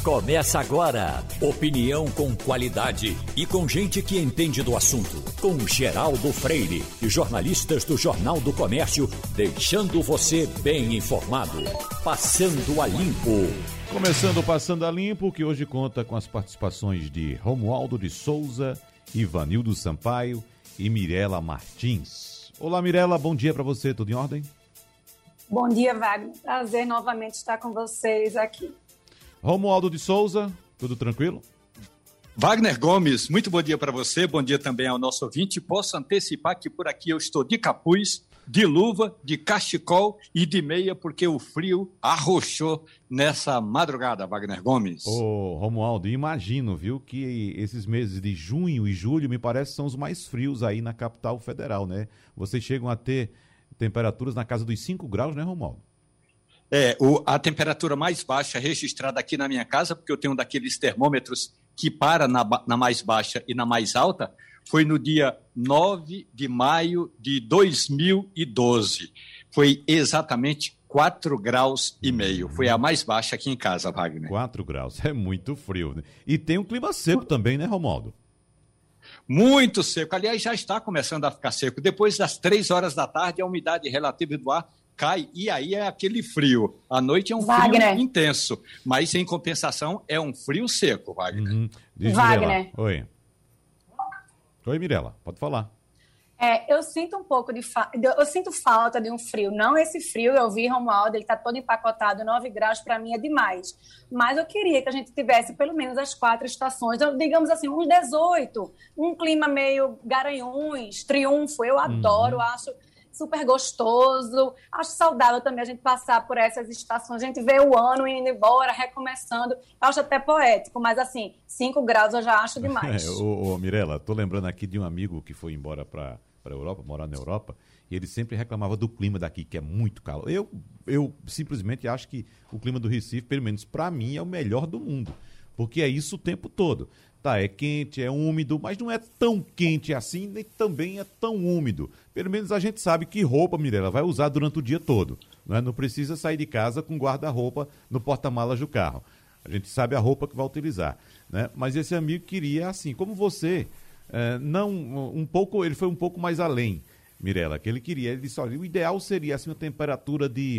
Começa agora. Opinião com qualidade e com gente que entende do assunto. Com Geraldo Freire e jornalistas do Jornal do Comércio, deixando você bem informado. Passando a Limpo. Começando o Passando a Limpo, que hoje conta com as participações de Romualdo de Souza, Ivanildo Sampaio e Mirela Martins. Olá, Mirela, bom dia para você, tudo em ordem? Bom dia, Wagner. Prazer novamente estar com vocês aqui. Romualdo de Souza, tudo tranquilo? Wagner Gomes, muito bom dia para você, bom dia também ao nosso ouvinte. Posso antecipar que por aqui eu estou de capuz, de luva, de cachecol e de meia, porque o frio arrochou nessa madrugada, Wagner Gomes. Ô, Romualdo, imagino, viu, que esses meses de junho e julho me parece são os mais frios aí na capital federal, né? Vocês chegam a ter temperaturas na casa dos 5 graus, né, Romualdo? A temperatura mais baixa registrada aqui na minha casa, porque eu tenho um daqueles termômetros que para na mais baixa e na mais alta, foi no dia 9 de maio de 2012. Foi exatamente 4 graus e meio. Foi a mais baixa aqui em casa, Wagner. 4 graus, é muito frio, né? E tem um clima seco também, né, Romualdo? Muito seco. Aliás, já está começando a ficar seco. Depois das 3 horas da tarde, a umidade relativa do ar cai, e aí é aquele frio. À noite é um Wagner. frio intenso, mas em compensação é um frio seco, Wagner. Uhum. Wagner. Oi. Oi, Mirela, pode falar. Eu sinto um pouco eu sinto falta de um frio. Não esse frio, eu vi Romualdo, ele está todo empacotado, 9 graus para mim é demais. Mas eu queria que a gente tivesse pelo menos as 4 estações, digamos assim, uns 18, um clima meio Garanhuns, Triunfo, eu adoro, acho super gostoso, acho saudável também a gente passar por essas estações, a gente vê o ano indo embora, recomeçando, eu acho até poético, mas assim, 5 graus eu já acho demais. Mirela, tô lembrando aqui de um amigo que foi embora para a Europa, morar na Europa, e ele sempre reclamava do clima daqui, que é muito calor. Eu simplesmente acho que o clima do Recife, pelo menos para mim, é o melhor do mundo, porque é isso o tempo todo. Tá, é quente, é úmido, mas não é tão quente assim, nem também é tão úmido. Pelo menos a gente sabe que roupa, Mirela, vai usar durante o dia todo. Né? Não precisa sair de casa com guarda-roupa no porta-malas do carro. A gente sabe a roupa que vai utilizar. Né? Mas esse amigo queria, assim, como você, ele foi um pouco mais além, Mirela, que ele queria. Ele disse, olha, o ideal seria assim, uma temperatura de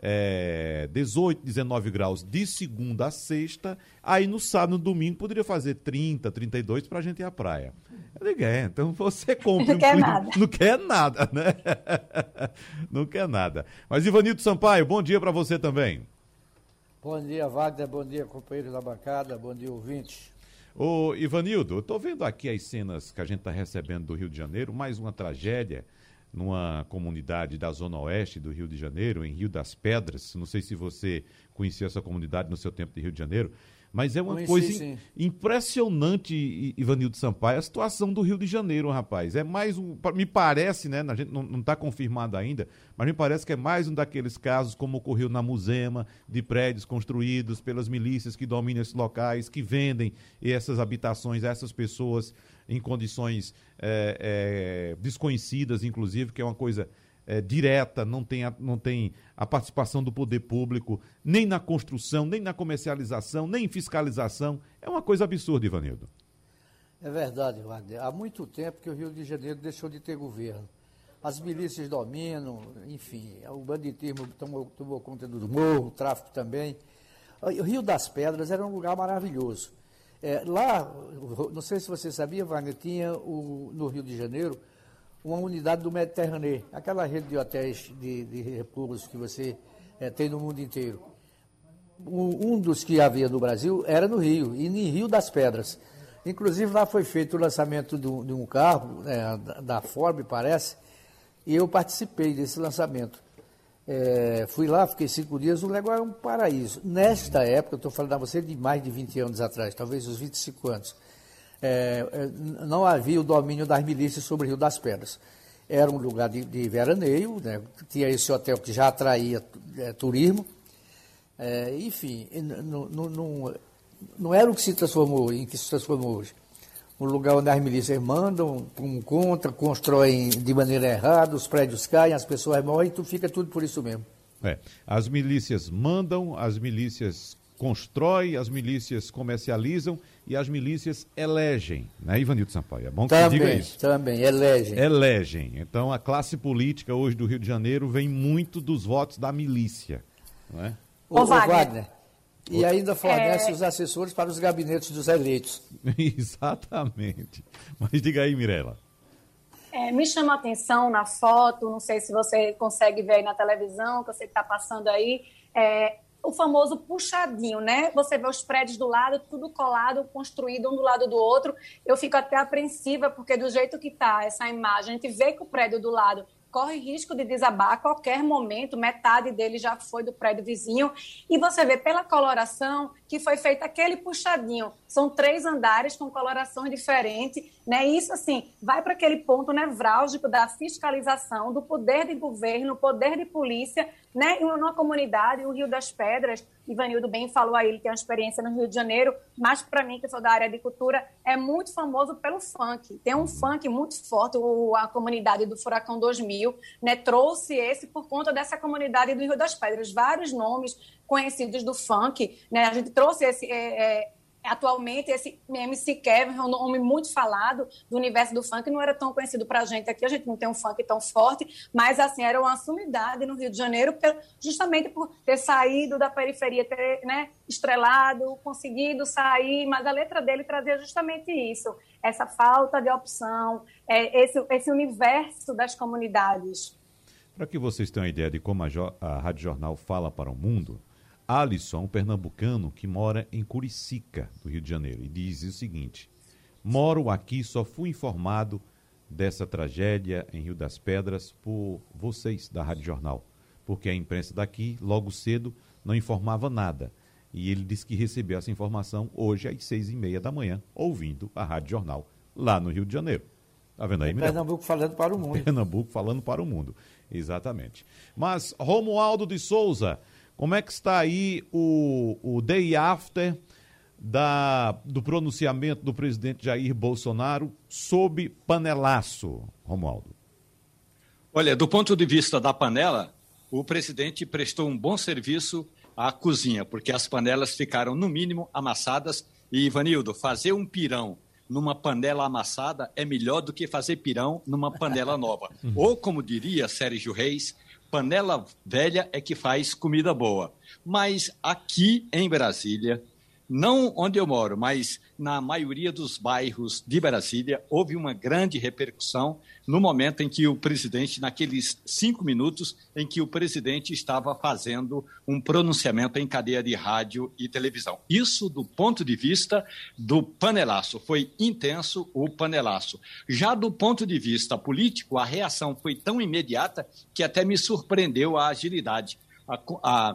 18, 19 graus de segunda a sexta, aí no sábado, no domingo, poderia fazer 30, 32 para a gente ir à praia. Eu digo, então você compra. Não quer nada. Não quer nada, né? Não quer nada. Mas Ivanildo Sampaio, bom dia para você também. Bom dia, Wagner, bom dia, companheiro da bancada, bom dia, ouvintes. Ô, Ivanildo, eu estou vendo aqui as cenas que a gente está recebendo do Rio de Janeiro, mais uma tragédia numa comunidade da Zona Oeste do Rio de Janeiro, em Rio das Pedras. Não sei se você conhecia essa comunidade no seu tempo de Rio de Janeiro, mas é uma coisa impressionante, Ivanildo Sampaio, a situação do Rio de Janeiro, rapaz. É mais me parece, né, a gente não está confirmado ainda, mas me parece que é mais um daqueles casos como ocorreu na Muzema, de prédios construídos pelas milícias que dominam esses locais, que vendem essas habitações a essas pessoas em condições desconhecidas, inclusive, que é uma coisa direta, não tem a participação do poder público, nem na construção, nem na comercialização, nem em fiscalização. É uma coisa absurda, Ivanildo. É verdade, Wagner. Há muito tempo que o Rio de Janeiro deixou de ter governo. As milícias dominam, enfim, o banditismo tomou conta do morro, o tráfico também. O Rio das Pedras era um lugar maravilhoso. Lá, não sei se você sabia, Wagner, tinha no Rio de Janeiro uma unidade do Mediterrâneo, aquela rede de hotéis de repouso que você tem no mundo inteiro. Um dos que havia no Brasil era no Rio, e em Rio das Pedras. Inclusive lá foi feito o lançamento de um carro, da Ford, parece, e eu participei desse lançamento. Fui lá, fiquei 5 dias, o negócio era um paraíso. Nesta época, eu estou falando a você de mais de 20 anos atrás, talvez uns 25 anos, não havia o domínio das milícias sobre o Rio das Pedras. Era um lugar de veraneio, né? Tinha esse hotel que já atraía turismo, enfim, não era o que se transformou, em que se transformou hoje. Um lugar onde as milícias mandam, contra, constroem de maneira errada, os prédios caem, as pessoas morrem, fica tudo por isso mesmo. As milícias mandam, as milícias constrói, as milícias comercializam e as milícias elegem, né, Ivanildo Sampaio? É bom que você diga isso. Também, elegem. Elegem. Então, a classe política hoje do Rio de Janeiro vem muito dos votos da milícia, não é? Ô, Wagner, e ainda fornece os assessores para os gabinetes dos eleitos. Exatamente. Mas diga aí, Mirela. Me chama a atenção na foto, não sei se você consegue ver aí na televisão, que você está passando aí, o famoso puxadinho, né? Você vê os prédios do lado, tudo colado, construído um do lado do outro. Eu fico até apreensiva, porque do jeito que está essa imagem, a gente vê que o prédio do lado corre risco de desabar a qualquer momento, metade dele já foi do prédio vizinho, e você vê pela coloração que foi feito aquele puxadinho. São 3 andares com colorações diferentes, né? Isso, assim, vai para aquele ponto nevrálgico da fiscalização, do poder de governo, poder de polícia, né? Em uma comunidade, o Rio das Pedras, Ivanildo bem falou aí, ele tem uma experiência no Rio de Janeiro, mas para mim, que sou da área de cultura, é muito famoso pelo funk. Tem um funk muito forte, a comunidade do Furacão 2000, né? Trouxe esse por conta dessa comunidade do Rio das Pedras. Vários nomes conhecidos do funk, né? A gente trouxe atualmente, esse MC Kevin é um nome muito falado do universo do funk, não era tão conhecido para a gente aqui, a gente não tem um funk tão forte, mas assim, era uma sumidade no Rio de Janeiro, justamente por ter saído da periferia, ter, né, estrelado, conseguido sair, mas a letra dele trazia justamente isso, essa falta de opção, esse universo das comunidades. Para que vocês tenham uma ideia de como a Rádio Jornal fala para o mundo, Alisson, um pernambucano que mora em Curicica, do Rio de Janeiro, e diz o seguinte: moro aqui, só fui informado dessa tragédia em Rio das Pedras por vocês da Rádio Jornal, porque a imprensa daqui, logo cedo, não informava nada. E ele disse que recebeu essa informação hoje às 6h30 da manhã, ouvindo a Rádio Jornal, lá no Rio de Janeiro. Tá vendo aí, Mirela? Pernambuco falando para o mundo. Pernambuco falando para o mundo, exatamente. Mas, Romualdo de Souza, como é que está aí o day after do pronunciamento do presidente Jair Bolsonaro sob panelaço, Romualdo? Olha, do ponto de vista da panela, o presidente prestou um bom serviço à cozinha, porque as panelas ficaram, no mínimo, amassadas. E, Ivanildo, fazer um pirão numa panela amassada é melhor do que fazer pirão numa panela nova. Ou, como diria Sérgio Reis, panela velha é que faz comida boa. Mas aqui em Brasília, não onde eu moro, mas na maioria dos bairros de Brasília, houve uma grande repercussão no momento em que o presidente, naqueles 5 minutos em que o presidente estava fazendo um pronunciamento em cadeia de rádio e televisão. Isso do ponto de vista do panelaço. Foi intenso o panelaço. Já do ponto de vista político, a reação foi tão imediata que até me surpreendeu a agilidade. A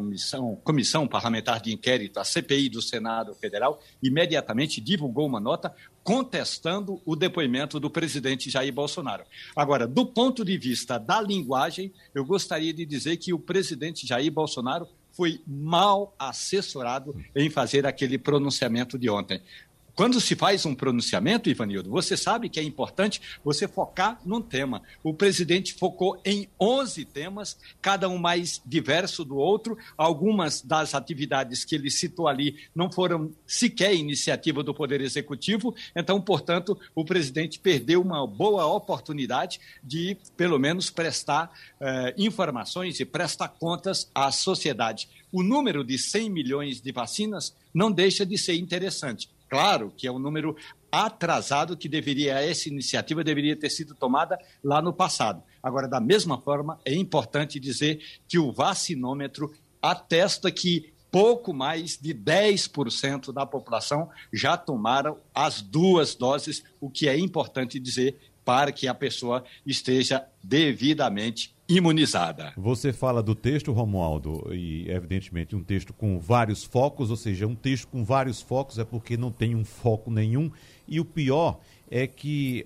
Comissão Parlamentar de Inquérito, a CPI do Senado Federal, imediatamente divulgou uma nota contestando o depoimento do presidente Jair Bolsonaro. Agora, do ponto de vista da linguagem, eu gostaria de dizer que o presidente Jair Bolsonaro foi mal assessorado em fazer aquele pronunciamento de ontem. Quando se faz um pronunciamento, Ivanildo, você sabe que é importante você focar num tema. O presidente focou em 11 temas, cada um mais diverso do outro. Algumas das atividades que ele citou ali não foram sequer iniciativa do Poder Executivo. Então, portanto, o presidente perdeu uma boa oportunidade de, pelo menos, prestar informações e prestar contas à sociedade. O número de 100 milhões de vacinas não deixa de ser interessante. Claro que é um número atrasado que essa iniciativa deveria ter sido tomada lá no passado. Agora, da mesma forma, é importante dizer que o vacinômetro atesta que pouco mais de 10% da população já tomaram as 2 doses, o que é importante dizer para que a pessoa esteja devidamente imunizada. Você fala do texto, Romualdo, e evidentemente um texto com vários focos, ou seja, um texto com vários focos é porque não tem um foco nenhum, e o pior é que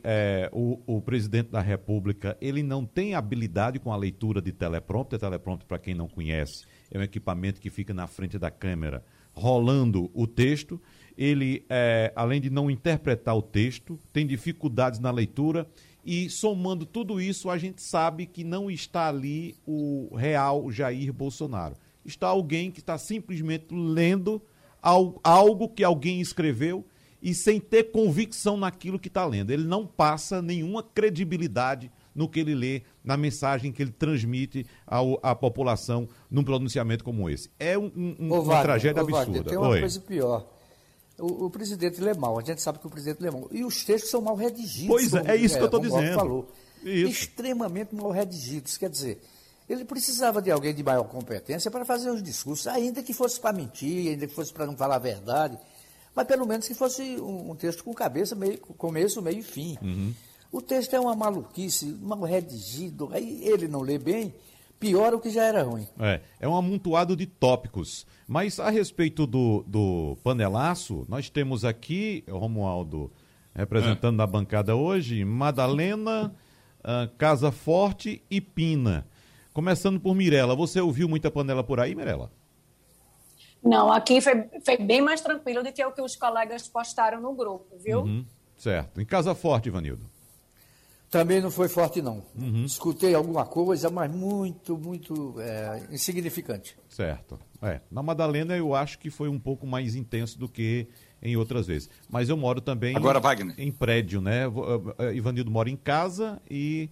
o presidente da República, ele não tem habilidade com a leitura de teleprompter. Teleprompter, para quem não conhece, é um equipamento que fica na frente da câmera, rolando o texto. Ele, além de não interpretar o texto, tem dificuldades na leitura. E somando tudo isso, a gente sabe que não está ali o real Jair Bolsonaro. está alguém que está simplesmente lendo algo que alguém escreveu e sem ter convicção naquilo que está lendo. Ele não passa nenhuma credibilidade no que ele lê, na mensagem que ele transmite à população num pronunciamento como esse. É uma tragédia absurda. Wagner, tem uma coisa pior. O presidente lê mal, a gente sabe que o presidente lê mal. E os textos são mal redigidos. Pois é isso que eu estou dizendo. Falou. Extremamente mal redigidos. Quer dizer, ele precisava de alguém de maior competência para fazer os discursos, ainda que fosse para mentir, ainda que fosse para não falar a verdade, mas pelo menos que fosse um texto com cabeça, começo, meio e fim. Uhum. O texto é uma maluquice, mal redigido, aí ele não lê bem, piora o que já era ruim. É um amontoado de tópicos. Mas a respeito do panelaço, nós temos aqui, Romualdo, representando na bancada hoje, Madalena, Casa Forte e Pina. Começando por Mirela. Você ouviu muita panela por aí, Mirela? Não, aqui foi bem mais tranquilo do que o que os colegas postaram no grupo, viu? Uhum, certo. Em Casa Forte, Ivanildo? Também não foi forte, não. Uhum. Escutei alguma coisa, mas muito insignificante. Certo. Na Madalena eu acho que foi um pouco mais intenso do que em outras vezes. Mas eu moro também agora, Wagner, em prédio, né? Ivanildo mora em casa e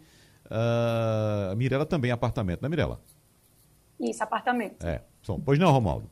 Mirela também em apartamento, né, Mirela? Isso, apartamento. Pois não, Romualdo?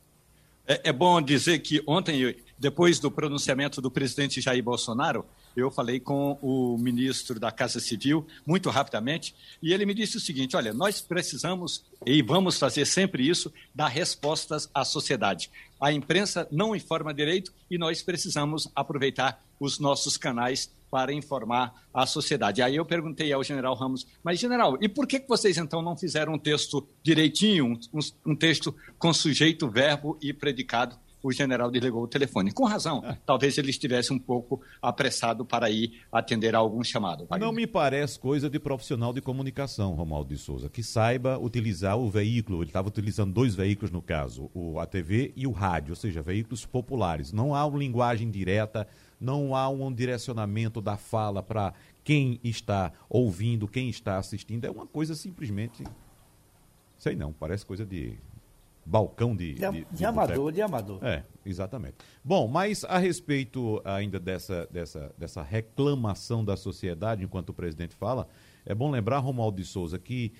É bom dizer que ontem, depois do pronunciamento do presidente Jair Bolsonaro, eu falei com o ministro da Casa Civil, muito rapidamente, e ele me disse o seguinte: olha, nós precisamos, e vamos fazer sempre isso, dar respostas à sociedade. A imprensa não informa direito e nós precisamos aproveitar os nossos canais para informar a sociedade. Aí eu perguntei ao general Ramos, mas general, e por que vocês então não fizeram um texto direitinho, um texto com sujeito, verbo e predicado? O general desligou o telefone. Com razão, talvez ele estivesse um pouco apressado para ir atender a algum chamado. Não me parece coisa de profissional de comunicação, Romualdo de Souza, que saiba utilizar o veículo. Ele estava utilizando 2 veículos no caso, a TV e o rádio, ou seja, veículos populares. Não há uma linguagem direta, não há um direcionamento da fala para quem está ouvindo, quem está assistindo. É uma coisa simplesmente, sei não, parece coisa de balcão de amador. Exatamente. Bom, mas a respeito ainda dessa reclamação da sociedade, enquanto o presidente fala, é bom lembrar, Romualdo de Souza, que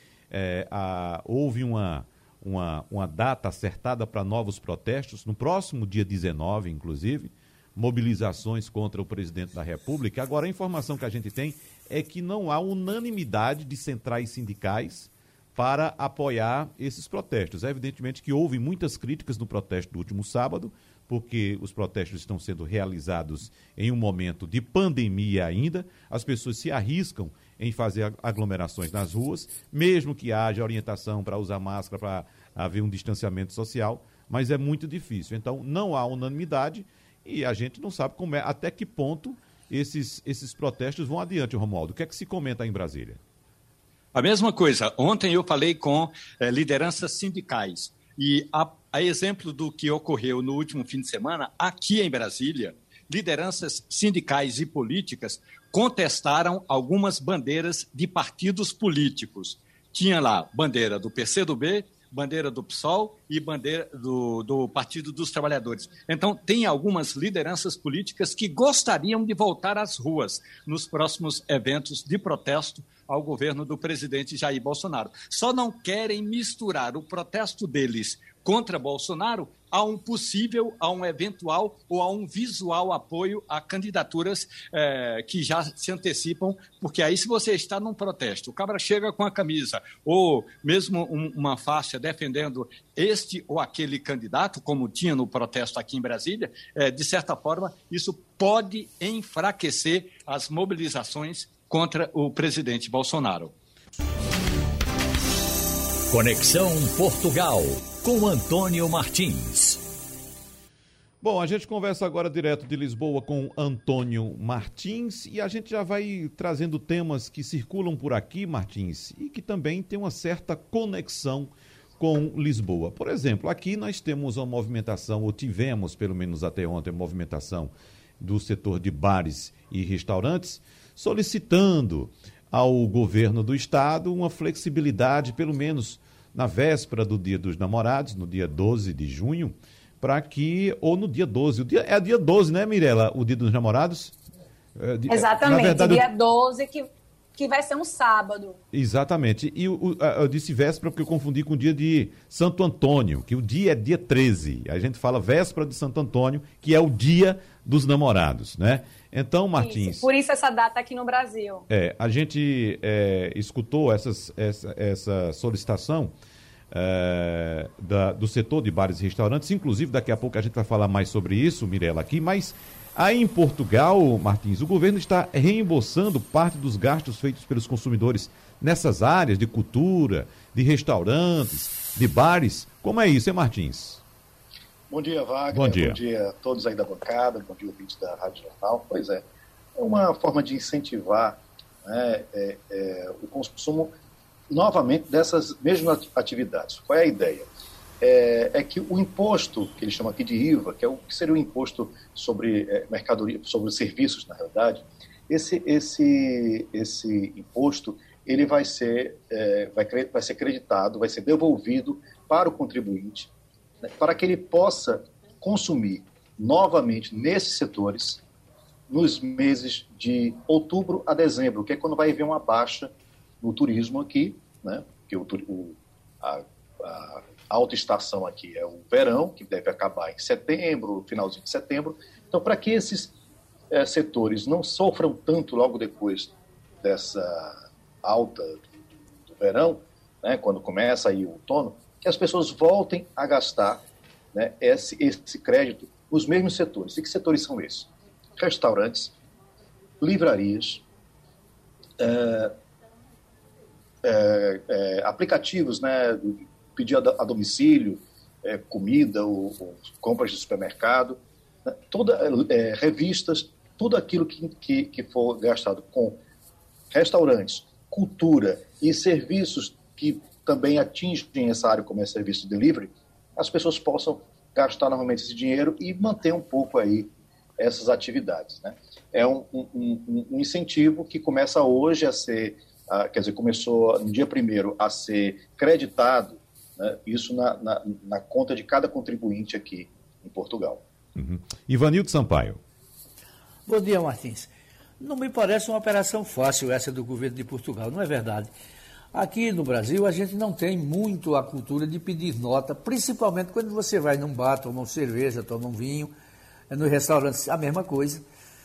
houve uma data acertada para novos protestos, no próximo dia 19, inclusive, mobilizações contra o presidente da República. Agora, a informação que a gente tem é que não há unanimidade de centrais sindicais para apoiar esses protestos. É evidentemente que houve muitas críticas no protesto do último sábado, porque os protestos estão sendo realizados em um momento de pandemia ainda, as pessoas se arriscam em fazer aglomerações nas ruas, mesmo que haja orientação para usar máscara, para haver um distanciamento social, mas é muito difícil. Então, não há unanimidade e a gente não sabe até que ponto esses protestos vão adiante, Romualdo. O que é que se comenta aí em Brasília? A mesma coisa. Ontem eu falei com lideranças sindicais e a exemplo do que ocorreu no último fim de semana, aqui em Brasília, lideranças sindicais e políticas contestaram algumas bandeiras de partidos políticos. Tinha lá bandeira do PCdoB, bandeira do PSOL e bandeira do Partido dos Trabalhadores. Então, tem algumas lideranças políticas que gostariam de voltar às ruas nos próximos eventos de protesto ao governo do presidente Jair Bolsonaro. Só não querem misturar o protesto deles contra Bolsonaro a um possível, a um eventual ou a um visual apoio a candidaturas que já se antecipam, porque aí se você está num protesto, o cabra chega com a camisa ou mesmo uma faixa defendendo este ou aquele candidato, como tinha no protesto aqui em Brasília, de certa forma isso pode enfraquecer as mobilizações contra o presidente Bolsonaro. Conexão Portugal, com Antônio Martins. Bom, a gente conversa agora direto de Lisboa com Antônio Martins e a gente já vai trazendo temas que circulam por aqui, Martins, e que também tem uma certa conexão com Lisboa. Por exemplo, aqui nós temos uma movimentação, ou tivemos pelo menos até ontem, uma movimentação do setor de bares e restaurantes, solicitando ao governo do estado uma flexibilidade, pelo menos na véspera do Dia dos Namorados, no dia 12 de junho, para que, ou no dia 12, é dia 12, né, Mirela, o Dia dos Namorados? Exatamente, na verdade, dia 12, que vai ser um sábado. Exatamente. E eu disse véspera porque eu confundi com o dia de Santo Antônio, que o dia é dia 13. A gente fala véspera de Santo Antônio, que é o dia dos namorados, né? Então, Martins... Por isso essa data aqui no Brasil. A gente escutou essa solicitação do setor de bares e restaurantes, inclusive daqui a pouco a gente vai falar mais sobre isso, Mirela, aqui, mas... Aí em Portugal, Martins, o governo está reembolsando parte dos gastos feitos pelos consumidores nessas áreas de cultura, de restaurantes, de bares. Como é isso, hein, Martins? Bom dia, Wagner. Bom dia. Bom dia a todos aí da bancada, bom dia ouvintes da Rádio Jornal. Pois é uma forma de incentivar, né, o consumo novamente dessas mesmas atividades. Qual é a ideia? É que o imposto, que eles chamam aqui de IVA, que seria o imposto sobre mercadoria, sobre serviços, na realidade, esse imposto ele vai ser creditado, vai ser devolvido para o contribuinte, né, para que ele possa consumir novamente nesses setores nos meses de outubro a dezembro, que é quando vai haver uma baixa no turismo aqui, né, porque a alta estação aqui é o verão, que deve acabar em setembro, finalzinho de setembro. Então, para que esses setores não sofram tanto logo depois dessa alta do verão, né, quando começa aí o outono, que as pessoas voltem a gastar, né, esse crédito nos mesmos setores. E que setores são esses? Restaurantes, livrarias, aplicativos, né, pedir a domicílio, comida, ou compras de supermercado, né, revistas, tudo aquilo que for gastado com restaurantes, cultura e serviços que também atingem essa área, como é serviço de delivery, as pessoas possam gastar novamente esse dinheiro e manter um pouco aí essas atividades, né? É um incentivo que começa hoje a ser, começou no dia 1º a ser creditado, né, isso na conta de cada contribuinte aqui em Portugal. Uhum. Ivanildo Sampaio. Bom dia, Martins. Não me parece uma operação fácil essa do governo de Portugal, não é verdade? Aqui no Brasil a gente não tem muito a cultura de pedir nota, principalmente quando você vai num bar, toma uma cerveja, toma um vinho, no restaurante a mesma coisa.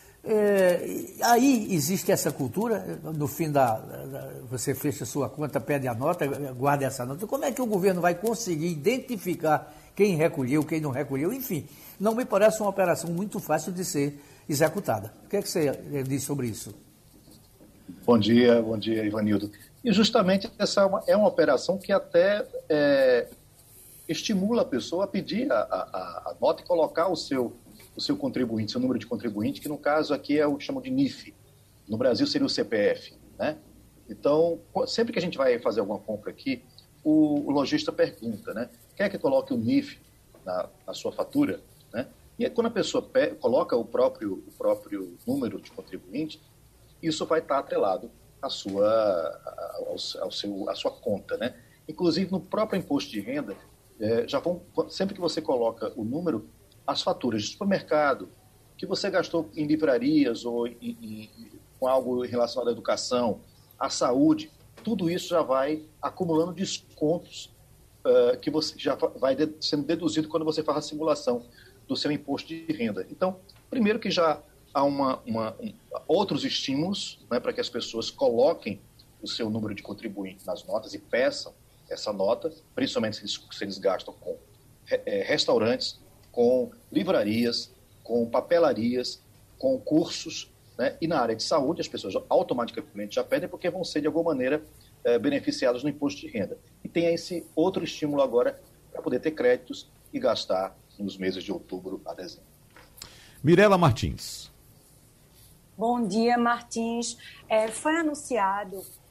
Aí existe essa cultura, no fim você fecha a sua conta, pede a nota, guarda essa nota. Como é que o governo vai conseguir identificar quem recolheu, quem não recolheu? Enfim, não me parece uma operação muito fácil de ser executada. O que é que você diz sobre isso? Bom dia, Ivanildo. E justamente essa é uma operação que até estimula a pessoa a pedir a nota e colocar o seu contribuinte, seu número de contribuinte, que no caso aqui é o que chamam de NIF. No Brasil seria o CPF, né? Então, sempre que a gente vai fazer alguma compra aqui, o lojista pergunta, né? Quer que coloque o NIF na sua fatura, né? E aí, quando a pessoa coloca o próprio número de contribuinte, isso vai estar atrelado à sua conta, né? Inclusive, no próprio imposto de renda, sempre que você coloca o número, as faturas de supermercado, que você gastou em livrarias ou com algo relacionado à educação, à saúde, tudo isso já vai acumulando descontos que você já vai sendo deduzido quando você faz a simulação do seu imposto de renda. Então, primeiro que já há outros estímulos, né, para que as pessoas coloquem o seu número de contribuinte nas notas e peçam essa nota, principalmente se eles gastam com restaurantes, com livrarias, com papelarias, com cursos, né? E na área de saúde as pessoas automaticamente já pedem porque vão ser de alguma maneira beneficiadas no imposto de renda. E tem esse outro estímulo agora para poder ter créditos e gastar nos meses de outubro a dezembro. Mirela Martins. Bom dia, Martins. Foi anunciado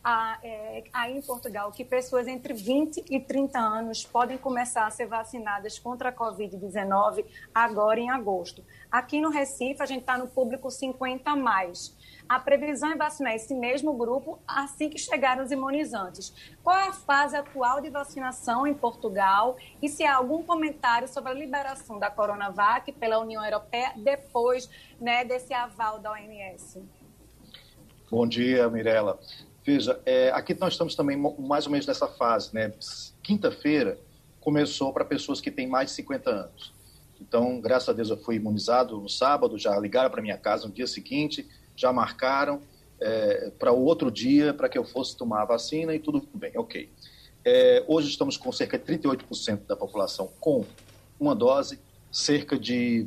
aí em Portugal que pessoas entre 20 e 30 anos podem começar a ser vacinadas contra a Covid-19 agora em agosto. Aqui no Recife, a gente está no público 50 a mais. A previsão é vacinar esse mesmo grupo assim que chegarem os imunizantes. Qual é a fase atual de vacinação em Portugal e se há algum comentário sobre a liberação da Coronavac pela União Europeia depois, né, desse aval da OMS? Bom dia, Mirela. Veja, aqui nós estamos também mais ou menos nessa fase, né? Quinta-feira começou para pessoas que têm mais de 50 anos. Então, graças a Deus, eu fui imunizado no sábado, já ligaram para minha casa no dia seguinte, já marcaram para o outro dia para que eu fosse tomar a vacina e tudo bem, ok. Hoje estamos com cerca de 38% da população com uma dose, cerca de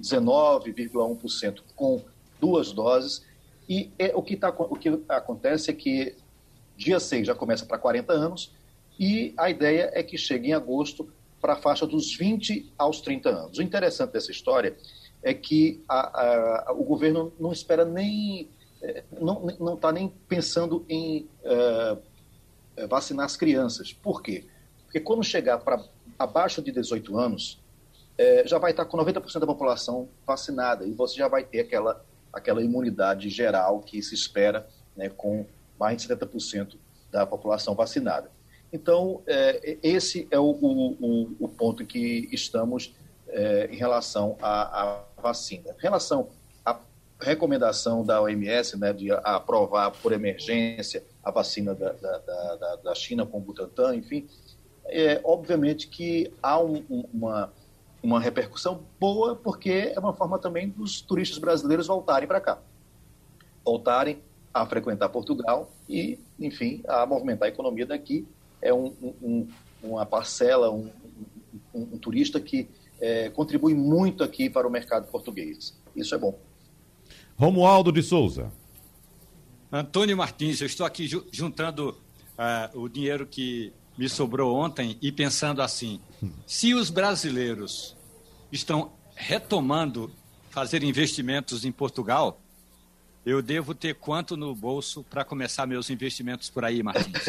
19,1% com 2 doses, e o que acontece é que dia 6 já começa para 40 anos, e a ideia é que chegue em agosto para a faixa dos 20 aos 30 anos. O interessante dessa história é que o governo não espera nem... não está nem pensando em vacinar as crianças. Por quê? Porque quando chegar para abaixo de 18 anos, já vai estar com 90% da população vacinada e você já vai ter aquela imunidade geral que se espera, né, com mais de 70% da população vacinada. Então, esse é o ponto em que estamos em relação à vacina. Em relação à recomendação da OMS, né, de aprovar por emergência a vacina da China com o Butantan, enfim, obviamente que há uma repercussão boa, porque é uma forma também dos turistas brasileiros voltarem para cá, voltarem a frequentar Portugal e, enfim, a movimentar a economia daqui. É uma parcela, um turista que contribui muito aqui para o mercado português. Isso é bom. Romualdo de Souza. Antônio Martins, eu estou aqui juntando o dinheiro que me sobrou ontem e pensando assim, se os brasileiros estão retomando fazer investimentos em Portugal, eu devo ter quanto no bolso para começar meus investimentos por aí, Martins?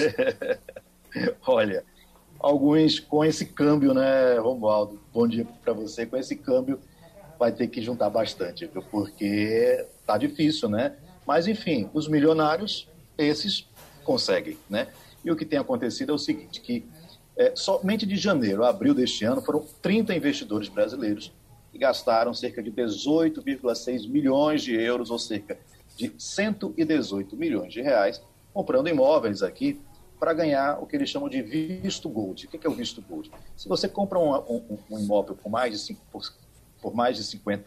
Olha, alguns com esse câmbio, né, Romualdo? Bom dia para você. Com esse câmbio vai ter que juntar bastante, viu? Porque tá difícil, né? Mas, enfim, os milionários, esses conseguem, né? E o que tem acontecido é o seguinte, que somente de janeiro a abril deste ano foram 30 investidores brasileiros que gastaram cerca de 18,6 milhões de euros, ou cerca de 118 milhões de reais, comprando imóveis aqui para ganhar o que eles chamam de visto gold. O que é o visto gold? Se você compra um imóvel por mais de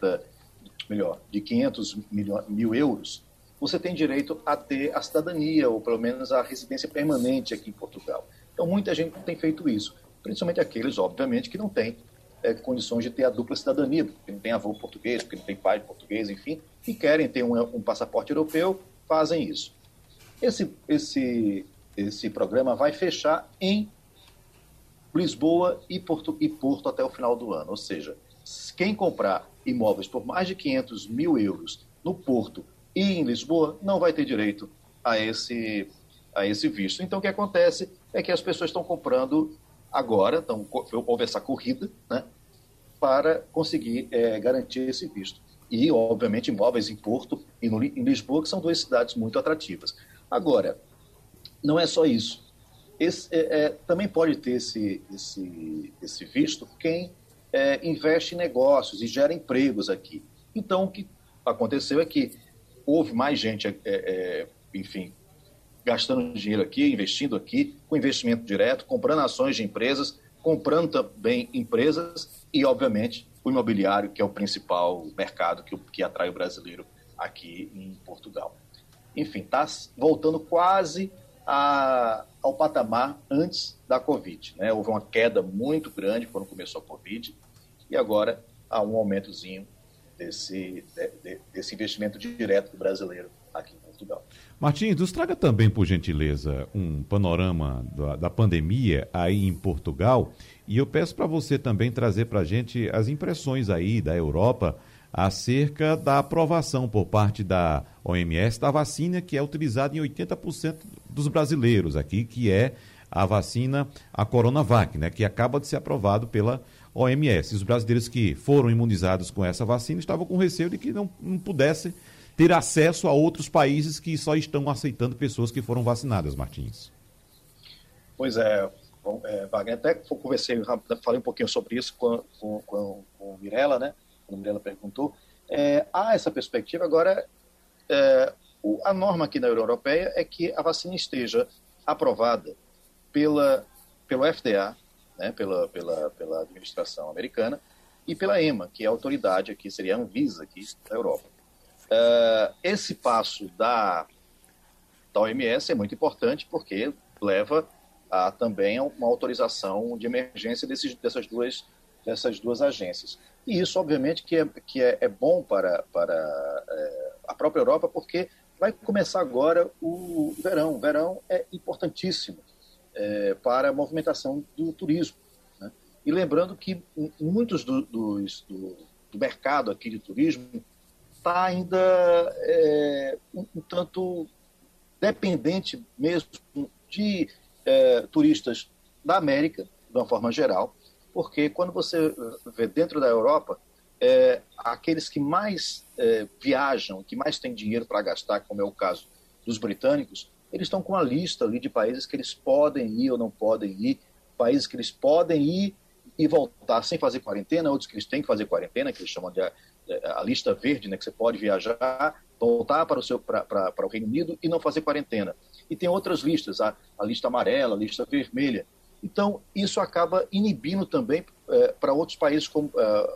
500 mil euros, você tem direito a ter a cidadania, ou pelo menos a residência permanente aqui em Portugal. Então, muita gente tem feito isso, principalmente aqueles, obviamente, que não têm condições de ter a dupla cidadania, porque não tem avô português, porque não tem pai português, enfim, e querem ter um passaporte europeu, fazem isso. Esse programa vai fechar em Lisboa e Porto até o final do ano. Ou seja, quem comprar imóveis por mais de 500 mil euros no Porto e em Lisboa não vai ter direito a esse visto. Então, o que acontece é que as pessoas estão comprando agora, houve essa corrida, né, para conseguir garantir esse visto. E, obviamente, imóveis em Porto e em Lisboa, que são duas cidades muito atrativas. Agora, não é só isso. Também pode ter esse visto quem investe em negócios e gera empregos aqui. Então, o que aconteceu é que houve mais gente, enfim, gastando dinheiro aqui, investindo aqui, com investimento direto, comprando ações de empresas, comprando também empresas e, obviamente, o imobiliário, que é o principal mercado que atrai o brasileiro aqui em Portugal. Enfim, está voltando quase ao patamar antes da Covid, né? Houve uma queda muito grande quando começou a Covid e agora há um aumentozinho desse investimento direto do brasileiro aqui em Portugal. Martins, nos traga também, por gentileza, um panorama da pandemia aí em Portugal, e eu peço para você também trazer para a gente as impressões aí da Europa acerca da aprovação por parte da OMS da vacina que é utilizada em 80% dos brasileiros aqui, que é a vacina, a Coronavac, né, que acaba de ser aprovado pela OMS. Os brasileiros que foram imunizados com essa vacina estavam com receio de que não pudessem ter acesso a outros países que só estão aceitando pessoas que foram vacinadas, Martins. Pois é, Wagner, até conversei, falei um pouquinho sobre isso com o Mirella, né? Quando o Mirella perguntou. Há essa perspectiva. Agora, a norma aqui na União Europeia é que a vacina esteja aprovada pelo FDA, né? pela administração americana, e pela EMA, que é a autoridade aqui, seria a Anvisa aqui da Europa. Esse passo da OMS é muito importante porque leva também uma autorização de emergência dessas duas agências. E isso, obviamente, que é bom para a própria Europa, porque vai começar agora o verão. O verão é importantíssimo para a movimentação do turismo, né? E lembrando que muitos do mercado aqui de turismo está ainda um tanto dependente mesmo de turistas da América, de uma forma geral, porque quando você vê dentro da Europa, aqueles que mais viajam, que mais têm dinheiro para gastar, como é o caso dos britânicos, eles estão com a lista ali de países que eles podem ir ou não podem ir, países que eles podem ir e voltar sem fazer quarentena, outros que eles têm que fazer quarentena, que eles chamam de a lista verde, né, que você pode viajar, voltar para o Reino Unido e não fazer quarentena. E tem outras listas, a lista amarela, a lista vermelha. Então, isso acaba inibindo também para outros países, como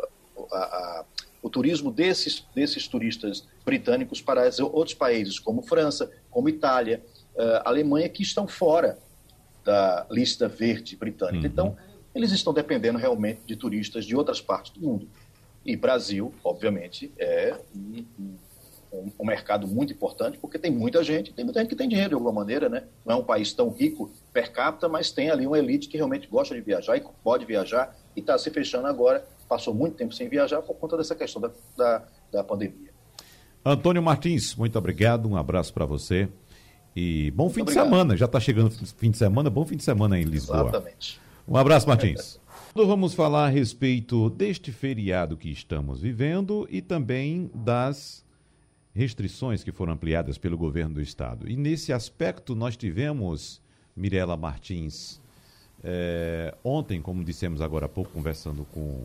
o turismo desses turistas britânicos para outros países, como França, como Itália, Alemanha, que estão fora da lista verde britânica. Uhum. Então, eles estão dependendo realmente de turistas de outras partes do mundo. E Brasil, obviamente, é um mercado muito importante, porque tem muita gente que tem dinheiro de alguma maneira, né? Não é um país tão rico per capita, mas tem ali uma elite que realmente gosta de viajar e pode viajar e está se fechando agora, passou muito tempo sem viajar por conta dessa questão da pandemia. Antônio Martins, muito obrigado, um abraço para você e bom fim de semana, já está chegando o fim de semana, bom fim de semana em Lisboa. Exatamente. Um abraço, Martins. Vamos falar a respeito deste feriado que estamos vivendo e também das restrições que foram ampliadas pelo governo do estado. E nesse aspecto nós tivemos, Mirella Martins, ontem, como dissemos agora há pouco, conversando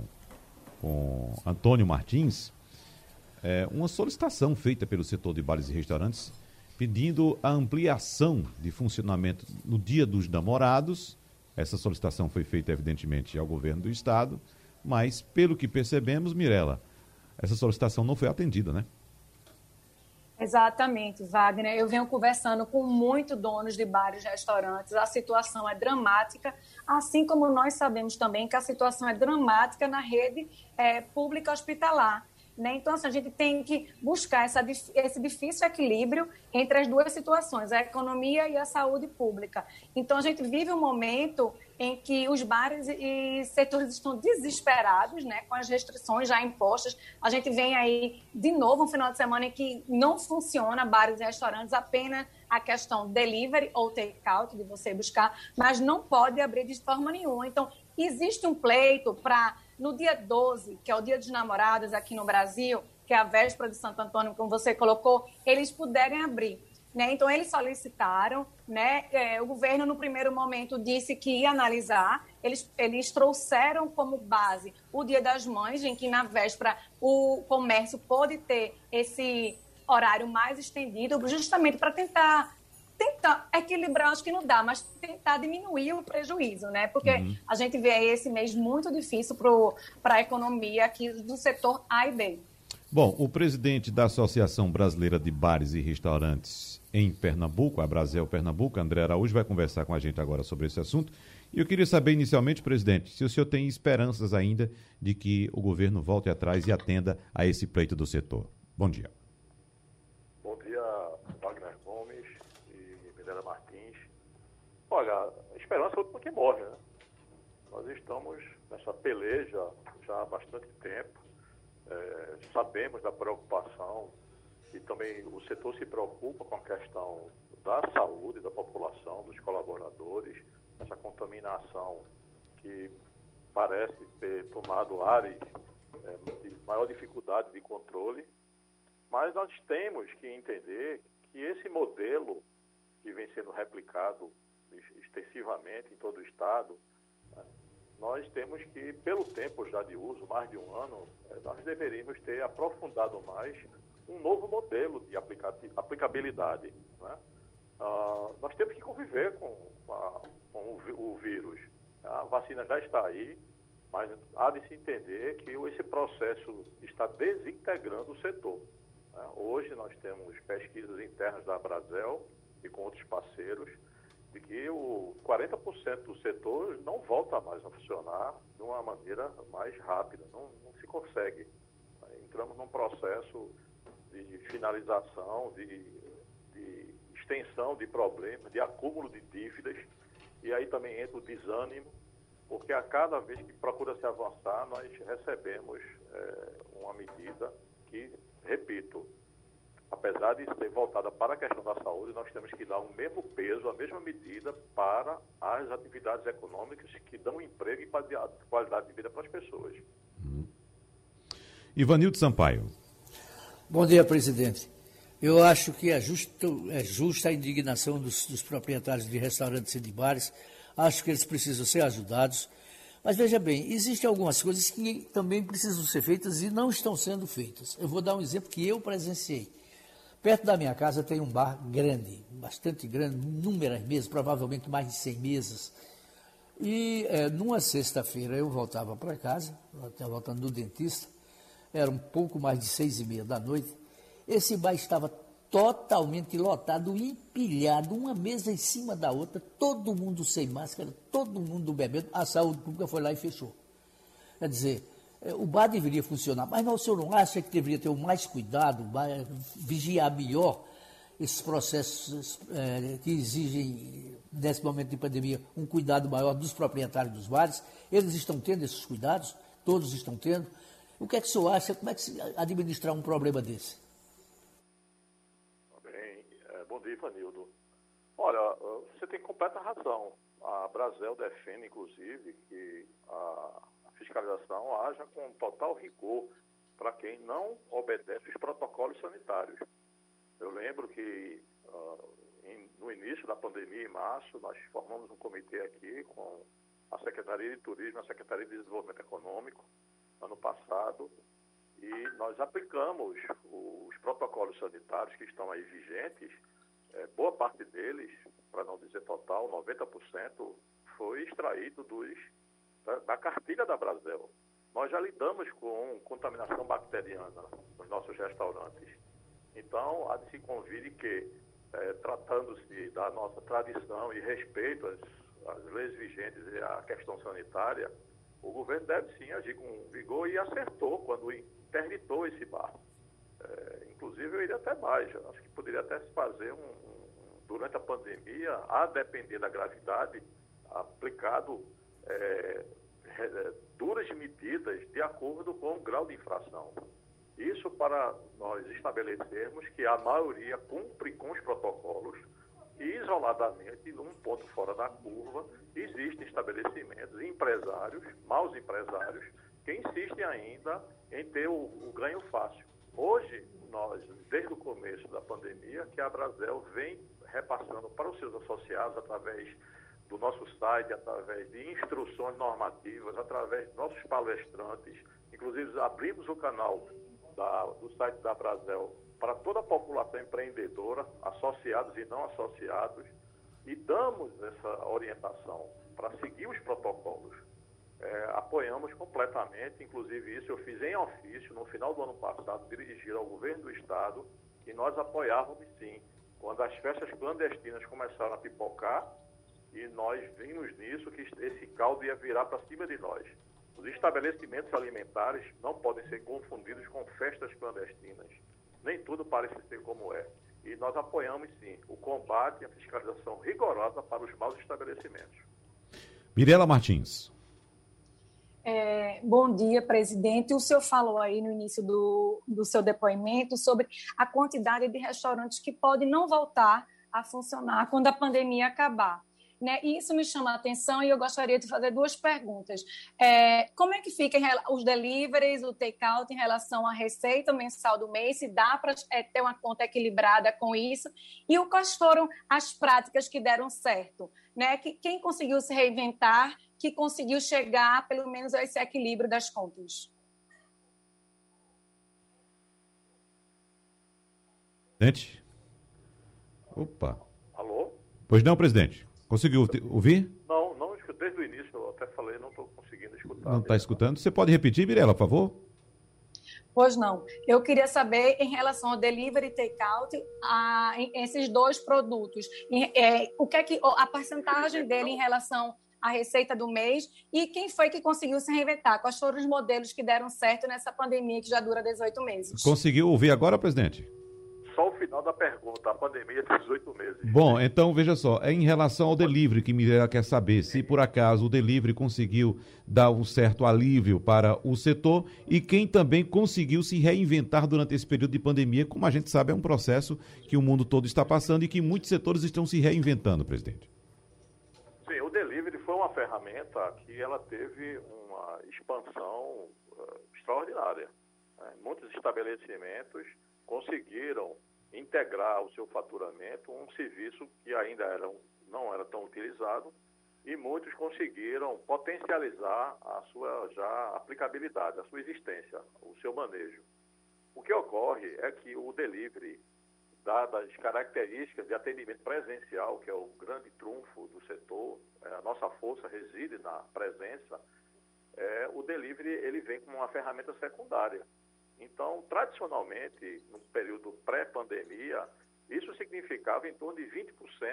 com Antônio Martins, uma solicitação feita pelo setor de bares e restaurantes pedindo a ampliação de funcionamento no Dia dos Namorados. Essa solicitação foi feita, evidentemente, ao governo do estado, mas, pelo que percebemos, Mirella, essa solicitação não foi atendida, né? Exatamente, Wagner. Eu venho conversando com muitos donos de bares e restaurantes. A situação é dramática, assim como nós sabemos também que a situação é dramática na rede pública hospitalar, né? Então, assim, a gente tem que buscar esse difícil equilíbrio entre as duas situações, a economia e a saúde pública. Então, a gente vive um momento em que os bares e setores estão desesperados, né, com as restrições já impostas. A gente vem aí, de novo, um final de semana em que não funciona bares e restaurantes, apenas a questão delivery ou take-out, de você buscar, mas não pode abrir de forma nenhuma. Então, existe um pleito para, no dia 12, que é o Dia dos Namorados aqui no Brasil, que é a véspera de Santo Antônio, como você colocou, eles puderem abrir, né? Então, eles solicitaram, né? O governo, no primeiro momento, disse que ia analisar. Eles trouxeram como base o Dia das Mães, em que, na véspera, o comércio pôde ter esse horário mais estendido, justamente para tentar equilibrar, acho que não dá, mas tentar diminuir o prejuízo, né? Porque a gente vê aí esse mês muito difícil para a economia aqui do setor A e B. Bom, o presidente da Associação Brasileira de Bares e Restaurantes em Pernambuco, a Brasel Pernambuco, André Araújo, vai conversar com a gente agora sobre esse assunto. E eu queria saber inicialmente, presidente, se o senhor tem esperanças ainda de que o governo volte atrás e atenda a esse pleito do setor. Bom dia. Bom dia, Wagner Gomes e Mirella Martins. Olha, a esperança é o último que morre, né? Nós estamos nessa peleja já há bastante tempo. Sabemos da preocupação e também o setor se preocupa com a questão da saúde da população, dos colaboradores, essa contaminação que parece ter tomado áreas de maior dificuldade de controle, mas nós temos que entender que esse modelo que vem sendo replicado extensivamente em todo o Estado, nós temos que, pelo tempo já de uso, mais de um ano, nós deveríamos ter aprofundado mais um novo modelo de aplicabilidade. Né? Nós temos que conviver com o vírus. A vacina já está aí, mas há de se entender que esse processo está desintegrando o setor. Né? Hoje nós temos pesquisas internas da Abrazel e com outros parceiros de que 40% do setor não volta mais a funcionar de uma maneira mais rápida, não se consegue. Entramos num processo de finalização, de extensão de problemas, de acúmulo de dívidas, e aí também entra o desânimo, porque a cada vez que procura se avançar, nós recebemos uma medida que, repito, apesar de ser voltada para a questão da saúde, nós temos que dar o mesmo peso, a mesma medida para as atividades econômicas que dão emprego e qualidade de vida para as pessoas. Ivanildo Sampaio. Bom dia, presidente. Eu acho que é justa a indignação dos proprietários de restaurantes e de bares. Acho que eles precisam ser ajudados. Mas veja bem, existem algumas coisas que também precisam ser feitas e não estão sendo feitas. Eu vou dar um exemplo que eu presenciei. Perto da minha casa tem um bar grande, bastante grande, inúmeras mesas, provavelmente mais de 100 mesas. E numa sexta-feira eu voltava para casa, estava voltando do dentista, era um pouco mais de 6h30 da noite. Esse bar estava totalmente lotado, empilhado, uma mesa em cima da outra, todo mundo sem máscara, todo mundo bebendo. A saúde pública foi lá e fechou. Quer dizer, o bar deveria funcionar, mas o senhor não acha que deveria ter mais cuidado, vigiar melhor esses processos que exigem, nesse momento de pandemia, um cuidado maior dos proprietários dos bares? Eles estão tendo esses cuidados? Todos estão tendo? O que é que o senhor acha? Como é que se administrar um problema desse? Bem, bom dia, Ivanildo. Olha, você tem completa razão. A Abrazel defende, inclusive, que a fiscalização haja com total rigor para quem não obedece os protocolos sanitários. Eu lembro que no início da pandemia, em março, nós formamos um comitê aqui com a Secretaria de Turismo e a Secretaria de Desenvolvimento Econômico, ano passado, e nós aplicamos os protocolos sanitários que estão aí vigentes. Boa parte deles, para não dizer total, 90%, foi extraído da cartilha da Abrazel. Nós já lidamos com contaminação bacteriana nos nossos restaurantes. Então, há de se convir que, tratando-se da nossa tradição e respeito às leis vigentes e à questão sanitária, o governo deve sim agir com vigor e acertou quando interditou esse bar. Inclusive, eu iria até mais. Acho que poderia até se fazer durante a pandemia, a depender da gravidade, aplicado duras medidas de acordo com o grau de infração. Isso para nós estabelecermos que a maioria cumpre com os protocolos e, isoladamente, num ponto fora da curva, existem estabelecimentos, empresários, maus empresários, que insistem ainda em ter o ganho fácil. Hoje, nós, desde o começo da pandemia, que a Abrazel vem repassando para os seus associados através do nosso site, através de instruções normativas, através de nossos palestrantes. Inclusive, abrimos o canal do site da Abrazel para toda a população empreendedora, associados e não associados, e damos essa orientação para seguir os protocolos. Apoiamos completamente, inclusive isso eu fiz em ofício no final do ano passado, dirigido ao governo do Estado, e nós apoiávamos sim, quando as festas clandestinas começaram a pipocar, e nós vimos nisso que esse caldo ia virar para cima de nós. Os estabelecimentos alimentares não podem ser confundidos com festas clandestinas. Nem tudo parece ser como é. E nós apoiamos, sim, o combate e a fiscalização rigorosa para os maus estabelecimentos. Mirela Martins. Bom dia, presidente. O senhor falou aí no início do seu depoimento sobre a quantidade de restaurantes que podem não voltar a funcionar quando a pandemia acabar. Né? E isso me chama a atenção e eu gostaria de fazer 2 perguntas. Como é que ficam os deliveries, o take-out em relação à receita mensal do mês? Se dá para ter uma conta equilibrada com isso? E quais foram as práticas que deram certo? Né? Quem conseguiu se reinventar, que conseguiu chegar, pelo menos, a esse equilíbrio das contas? Presidente? Opa. Alô? Pois não, presidente? Conseguiu ouvir? Não, escutei desde o início, eu até falei, não estou conseguindo escutar. Não está escutando? Você pode repetir, Mirela, por favor? Pois não. Eu queria saber, em relação ao delivery e take-out, esses 2 produtos, o que é que a porcentagem dele em relação à receita do mês e quem foi que conseguiu se reinventar? Quais foram os modelos que deram certo nessa pandemia que já dura 18 meses? Conseguiu ouvir agora, presidente? Só o final da pergunta, a pandemia de 18 meses. Bom, então veja só, é em relação ao delivery que Mirela quer saber se por acaso o delivery conseguiu dar um certo alívio para o setor e quem também conseguiu se reinventar durante esse período de pandemia, como a gente sabe, é um processo que o mundo todo está passando e que muitos setores estão se reinventando, presidente. Sim, o delivery foi uma ferramenta que ela teve uma expansão extraordinária. Muitos estabelecimentos conseguiram integrar ao seu faturamento um serviço que ainda não era tão utilizado e muitos conseguiram potencializar a sua já aplicabilidade, a sua existência, o seu manejo. O que ocorre é que o delivery, dadas as características de atendimento presencial, que é o grande trunfo do setor, a nossa força reside na presença, o delivery ele vem como uma ferramenta secundária. Então, tradicionalmente, no período pré-pandemia, isso significava em torno de 20%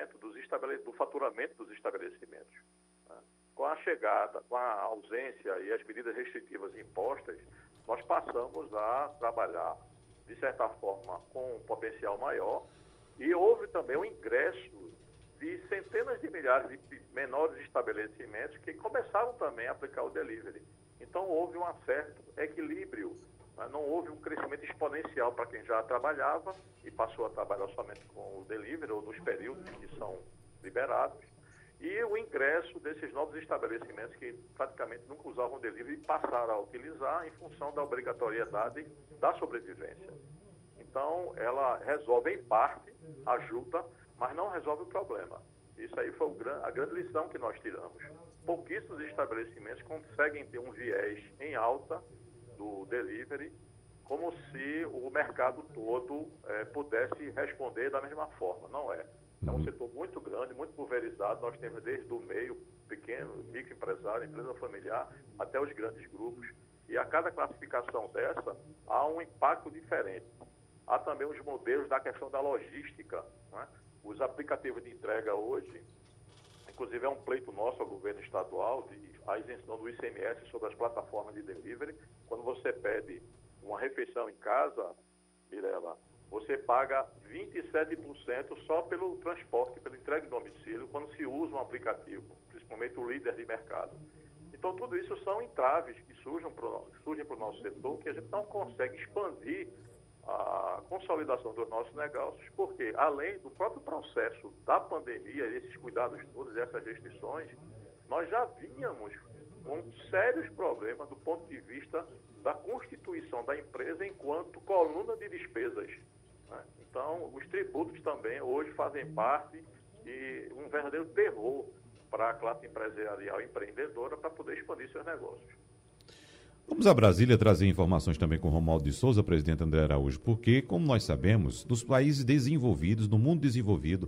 do faturamento dos estabelecimentos. Né? Com a chegada, com a ausência e as medidas restritivas impostas, nós passamos a trabalhar, de certa forma, com um potencial maior e houve também o ingresso de centenas de milhares de menores estabelecimentos que começaram também a aplicar o delivery. Então, houve um certo equilíbrio. Não houve um crescimento exponencial para quem já trabalhava e passou a trabalhar somente com o delivery ou nos períodos que são liberados. E o ingresso desses novos estabelecimentos que praticamente nunca usavam delivery passaram a utilizar em função da obrigatoriedade da sobrevivência. Então, ela resolve em parte, ajuda, mas não resolve o problema. Isso aí foi a grande lição que nós tiramos. Pouquíssimos estabelecimentos conseguem ter um viés em alta do delivery, como se o mercado todo pudesse responder da mesma forma. Não é. É um setor muito grande, muito pulverizado. Nós temos desde o meio pequeno, microempresário, empresa familiar, até os grandes grupos. E a cada classificação dessa, há um impacto diferente. Há também os modelos da questão da logística. Né? Os aplicativos de entrega hoje, inclusive é um pleito nosso ao governo estadual, a isenção do ICMS sobre as plataformas de delivery. Quando você pede uma refeição em casa, Mirela, você paga 27% só pelo transporte, pela entrega em domicílio, quando se usa um aplicativo, principalmente o líder de mercado. Então, tudo isso são entraves que surgem para o nosso setor, que a gente não consegue expandir a consolidação dos nossos negócios, porque, além do próprio processo da pandemia, esses cuidados todos, essas restrições, nós já vínhamos com sérios problemas do ponto de vista da constituição da empresa enquanto coluna de despesas. Né? Então, os tributos também hoje fazem parte de um verdadeiro terror para a classe empresarial e empreendedora para poder expandir seus negócios. Vamos a Brasília trazer informações também com Romualdo de Souza, presidente André Araújo, porque, como nós sabemos, nos países desenvolvidos, no mundo desenvolvido,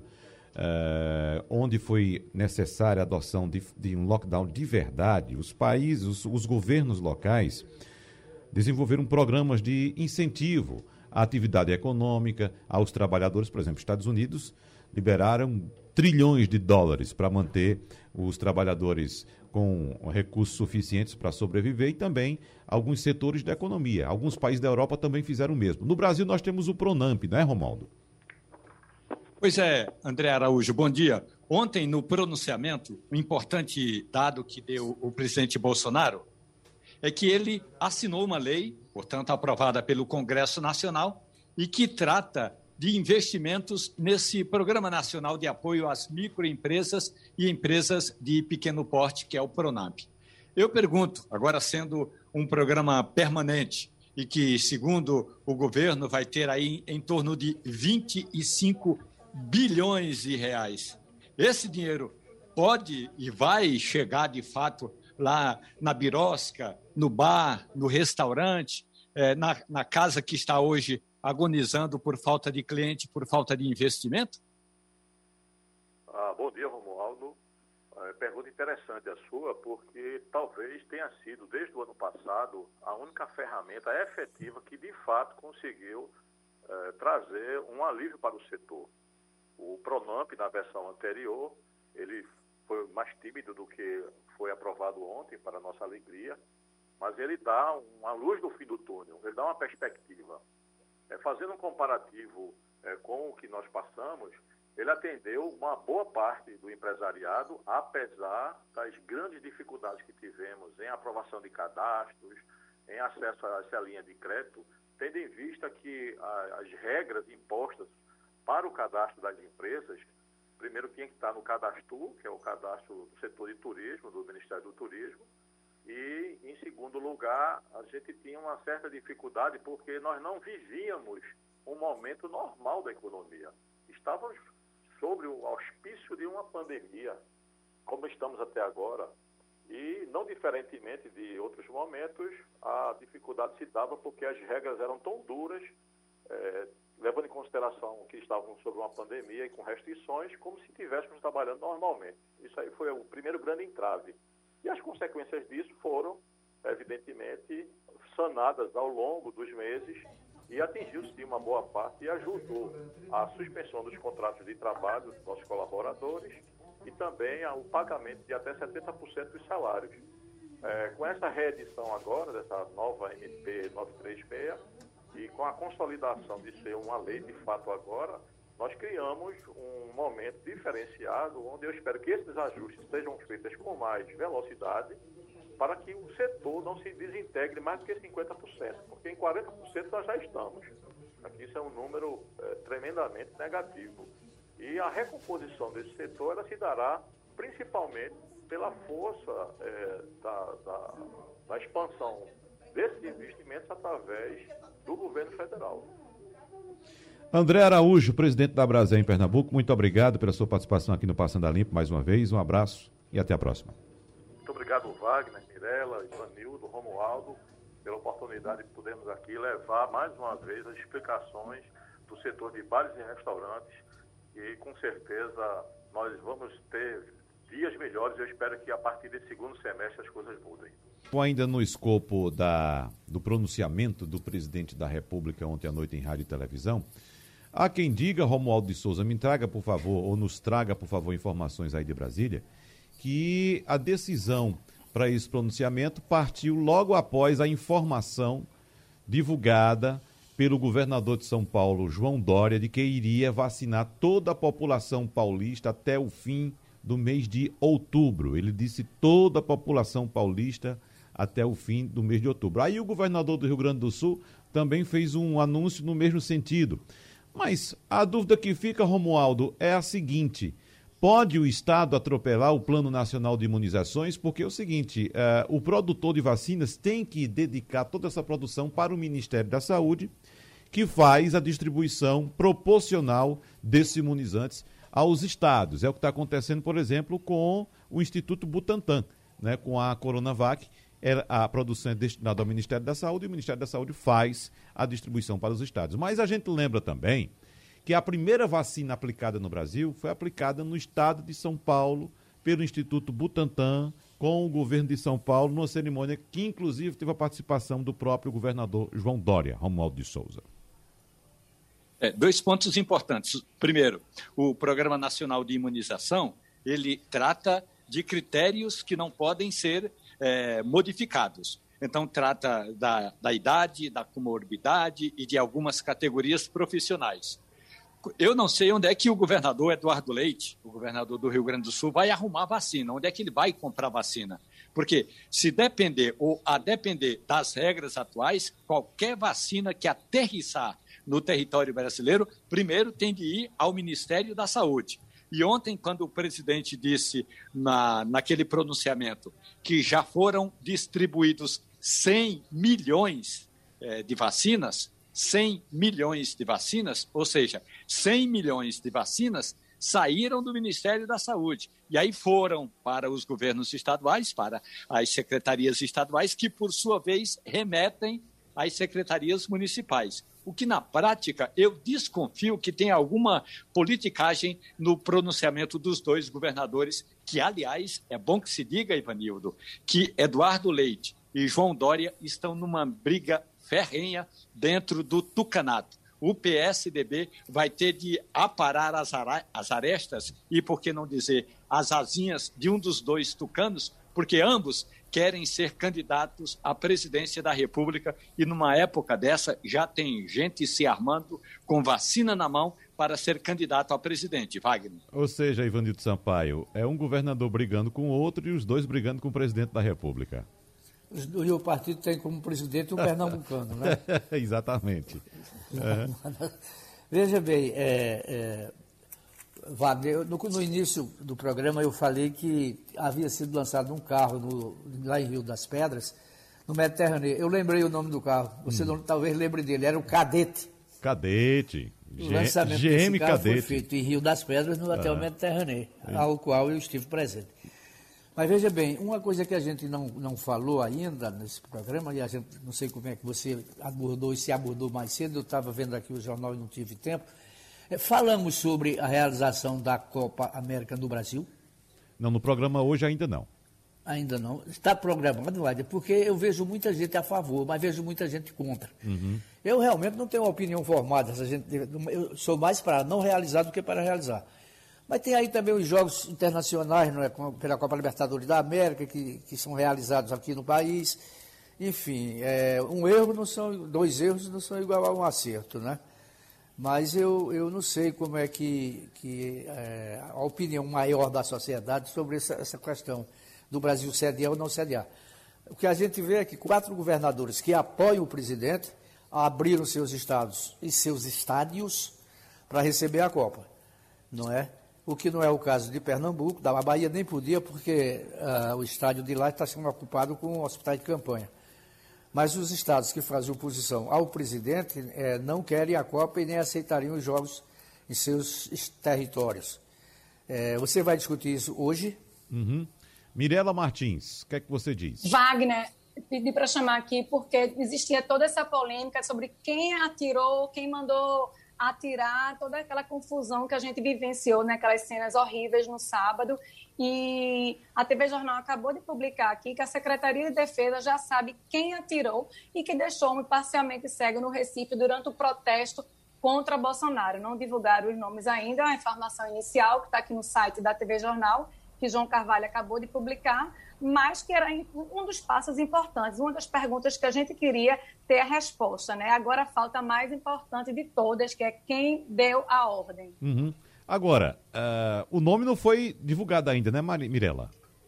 onde foi necessária a adoção de um lockdown de verdade, os países, os governos locais desenvolveram programas de incentivo à atividade econômica, aos trabalhadores. Por exemplo, Estados Unidos liberaram trilhões de dólares para manter os trabalhadores com recursos suficientes para sobreviver e também alguns setores da economia. Alguns países da Europa também fizeram o mesmo. No Brasil nós temos o Pronamp, não é, Romualdo? Pois é, André Araújo, bom dia. Ontem, no pronunciamento, um importante dado que deu o presidente Bolsonaro é que ele assinou uma lei, portanto aprovada pelo Congresso Nacional, e que trata de investimentos nesse Programa Nacional de Apoio às Microempresas e Empresas de Pequeno Porte, que é o PRONAMP. Eu pergunto, agora sendo um programa permanente e que, segundo o governo, vai ter aí em torno de 25 bilhões de reais. Esse dinheiro pode e vai chegar, de fato, lá na birosca, no bar, no restaurante, na casa que está hoje agonizando por falta de cliente, por falta de investimento? Bom dia, Romualdo. Pergunta interessante a sua, porque talvez tenha sido, desde o ano passado, a única ferramenta efetiva que, de fato, conseguiu trazer um alívio para o setor. O PRONAMP, na versão anterior, ele foi mais tímido do que foi aprovado ontem, para a nossa alegria, mas ele dá uma luz no fim do túnel, ele dá uma perspectiva. Fazendo um comparativo com o que nós passamos, ele atendeu uma boa parte do empresariado, apesar das grandes dificuldades que tivemos em aprovação de cadastros, em acesso a essa linha de crédito, tendo em vista que as regras impostas para o cadastro das empresas, primeiro tinha que estar no Cadastro, que é o cadastro do setor de turismo, do Ministério do Turismo, e, em segundo lugar, a gente tinha uma certa dificuldade porque nós não vivíamos um momento normal da economia. Estávamos sobre o auspício de uma pandemia, como estamos até agora, e, não diferentemente de outros momentos, a dificuldade se dava porque as regras eram tão duras, levando em consideração que estávamos sob uma pandemia e com restrições, como se estivéssemos trabalhando normalmente. Isso aí foi o primeiro grande entrave. E as consequências disso foram, evidentemente, sanadas ao longo dos meses e atingiu-se uma boa parte e ajudou a suspensão dos contratos de trabalho dos nossos colaboradores e também o pagamento de até 70% dos salários. Com essa reedição agora, dessa nova MP 936, e com a consolidação de ser uma lei de fato agora, nós criamos um momento diferenciado, onde eu espero que esses ajustes sejam feitos com mais velocidade, para que o setor não se desintegre mais do que 50%, porque em 40% nós já estamos. Aqui isso é um número tremendamente negativo. E a recomposição desse setor ela se dará principalmente pela força da expansão desses investimentos através do governo federal. André Araújo, presidente da Braskem em Pernambuco, muito obrigado pela sua participação aqui no Passando a Limpo mais uma vez. Um abraço e até a próxima. Muito obrigado, Wagner, Mirela, Ivanildo, Romualdo, pela oportunidade de podermos aqui levar mais uma vez as explicações do setor de bares e restaurantes e com certeza nós vamos ter dias melhores. Eu espero que a partir desse segundo semestre as coisas mudem. Ainda no escopo do pronunciamento do presidente da República ontem à noite em rádio e televisão, há quem diga, Romualdo de Souza, me traga, por favor, ou nos traga, por favor, informações aí de Brasília, que a decisão para esse pronunciamento partiu logo após a informação divulgada pelo governador de São Paulo, João Dória, de que iria vacinar toda a população paulista até o fim do mês de outubro. Ele disse toda a população paulista até o fim do mês de outubro. Aí o governador do Rio Grande do Sul também fez um anúncio no mesmo sentido. Mas a dúvida que fica, Romualdo, é a seguinte: pode o Estado atropelar o Plano Nacional de Imunizações? Porque é o seguinte, o produtor de vacinas tem que dedicar toda essa produção para o Ministério da Saúde, que faz a distribuição proporcional desses imunizantes aos estados. É o que está acontecendo, por exemplo, com o Instituto Butantan, né, com a Coronavac. A produção é destinada ao Ministério da Saúde e o Ministério da Saúde faz a distribuição para os estados. Mas a gente lembra também que a primeira vacina aplicada no Brasil foi aplicada no estado de São Paulo pelo Instituto Butantan, com o governo de São Paulo, numa cerimônia que inclusive teve a participação do próprio governador João Dória, Romualdo de Souza. Dois pontos importantes. Primeiro, o Programa Nacional de Imunização, ele trata de critérios que não podem ser modificados. Então, trata da idade, da comorbidade e de algumas categorias profissionais. Eu não sei onde é que o governador Eduardo Leite, o governador do Rio Grande do Sul, vai arrumar vacina, onde é que ele vai comprar vacina. Porque se depender ou a depender das regras atuais, qualquer vacina que aterrissar no território brasileiro, primeiro tem de ir ao Ministério da Saúde. E ontem, quando o presidente disse naquele pronunciamento que já foram distribuídos 100 milhões de vacinas, 100 milhões de vacinas, ou seja, 100 milhões de vacinas saíram do Ministério da Saúde e aí foram para os governos estaduais, para as secretarias estaduais, que, por sua vez, remetem às secretarias municipais. O que, na prática, eu desconfio que tem alguma politicagem no pronunciamento dos dois governadores, que, aliás, é bom que se diga, Ivanildo, que Eduardo Leite e João Dória estão numa briga ferrenha dentro do tucanato. O PSDB vai ter de aparar as arestas e, por que não dizer, as asinhas de um dos dois tucanos, porque ambos querem ser candidatos à presidência da República e, numa época dessa, já tem gente se armando com vacina na mão para ser candidato a presidente. Wagner. Ou seja, Ivanildo Sampaio, é um governador brigando com o outro e os dois brigando com o presidente da República. E o partido tem como presidente o pernambucano, né? Exatamente. Veja bem, Wagner, no início do programa eu falei que havia sido lançado um carro lá em Rio das Pedras, no Mediterrâneo. Eu lembrei o nome do carro, você talvez lembre dele, era o Cadete. Cadete. O lançamento GM desse carro Cadete. foi feito em Rio das Pedras, no Hotel Mediterrâneo, ao qual eu estive presente. Mas veja bem, uma coisa que a gente não falou ainda nesse programa, e a gente não sei como é que você abordou e se abordou mais cedo, eu estava vendo aqui o jornal e não tive tempo. Falamos sobre a realização da Copa América no Brasil? Não, no programa hoje ainda não. Ainda não. Está programado, Wagner, porque eu vejo muita gente a favor, mas vejo muita gente contra. Uhum. Eu realmente não tenho uma opinião formada, eu sou mais para não realizar do que para realizar. Mas tem aí também os jogos internacionais, não é, pela Copa Libertadores da América, que são realizados aqui no país. Enfim, dois erros não são igual a um acerto, né? Mas eu não sei como é que a opinião maior da sociedade sobre essa questão do Brasil sediar ou não sediar. O que a gente vê é que 4 governadores que apoiam o presidente abriram seus estados e seus estádios para receber a Copa, não é? O que não é o caso de Pernambuco, da Bahia nem podia, porque o estádio de lá está sendo ocupado com um hospital de campanha. Mas os estados que fazem oposição ao presidente não querem a Copa e nem aceitariam os jogos em seus territórios. Você vai discutir isso hoje? Uhum. Mirela Martins, o que é que você diz? Wagner, pedi para chamar aqui porque existia toda essa polêmica sobre quem atirou, quem mandou atirar, toda aquela confusão que a gente vivenciou naquelas cenas horríveis no sábado. E a TV Jornal acabou de publicar aqui que a Secretaria de Defesa já sabe quem atirou e que deixou um homem parcialmente cego no Recife durante o protesto contra Bolsonaro. Não divulgaram os nomes ainda, é uma informação inicial que está aqui no site da TV Jornal, que João Carvalho acabou de publicar, mas que era um dos passos importantes, uma das perguntas que a gente queria ter a resposta, né? Agora falta a mais importante de todas, que é quem deu a ordem. Uhum. Agora, o nome não foi divulgado ainda, né, Mirela?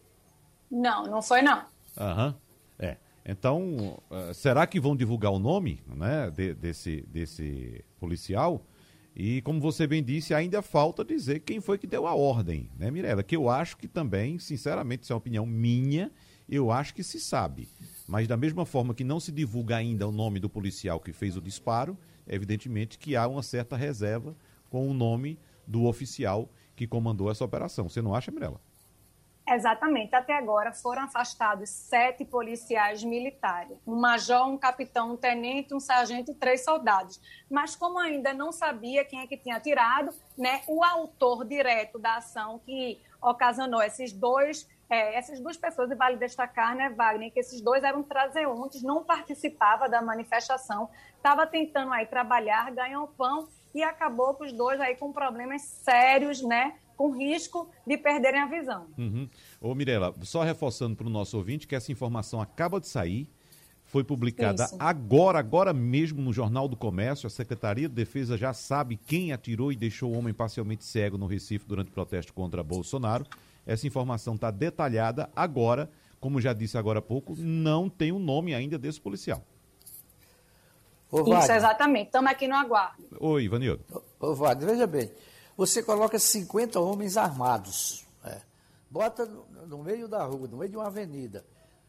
Não foi não. Aham. Então, será que vão divulgar o nome, né, desse policial? E, como você bem disse, ainda falta dizer quem foi que deu a ordem, né, Mirela? Que eu acho que também, sinceramente, isso é uma opinião minha, eu acho que se sabe. Mas, da mesma forma que não se divulga ainda o nome do policial que fez o disparo, evidentemente que há uma certa reserva com o nome do oficial que comandou essa operação. Você não acha, Mirela? Exatamente. Até agora foram afastados 7 policiais militares, um major, um capitão, um tenente, um sargento e 3 soldados. Mas como ainda não sabia quem é que tinha atirado, né, o autor direto da ação que ocasionou essas duas pessoas, e vale destacar, né, Wagner, que esses 2 eram transeuntes, não participavam da manifestação, estava tentando aí trabalhar, ganhar um pão e acabou com os 2 aí com problemas sérios, né, com risco de perderem a visão. Uhum. Ô, Mirela, só reforçando para o nosso ouvinte que essa informação acaba de sair, foi publicada agora mesmo no Jornal do Comércio. A Secretaria de Defesa já sabe quem atirou e deixou o homem parcialmente cego no Recife durante o protesto contra Bolsonaro. Essa informação está detalhada agora, como já disse agora há pouco, não tem o nome ainda desse policial. Isso, exatamente. Estamos aqui no aguardo. Oi, Ivanildo. Ô, Wagner, veja bem. Você coloca 50 homens armados, bota no meio da rua, no meio de uma avenida,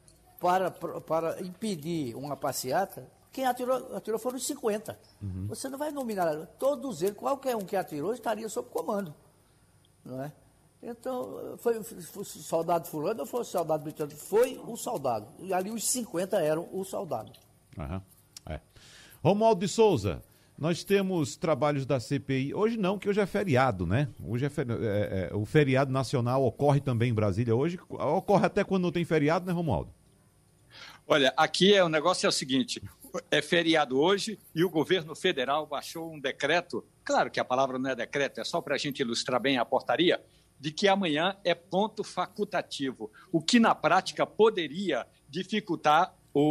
para impedir uma passeata. Quem atirou foram os 50. Uhum. Você não vai nominar todos eles, qualquer um que atirou estaria sob comando, não é? Então, foi soldado fulano ou foi o soldado britânico? Foi o soldado. E ali os 50 eram o soldado. Uhum. Romualdo de Souza, nós temos trabalhos da CPI. Hoje não, que hoje é feriado, né? Hoje o feriado nacional ocorre também em Brasília. Hoje ocorre até quando não tem feriado, né, Romualdo? Olha, aqui o negócio é o seguinte, é feriado hoje e o governo federal baixou um decreto, claro que a palavra não é decreto, é só para a gente ilustrar bem a portaria, de que amanhã é ponto facultativo, o que na prática poderia dificultar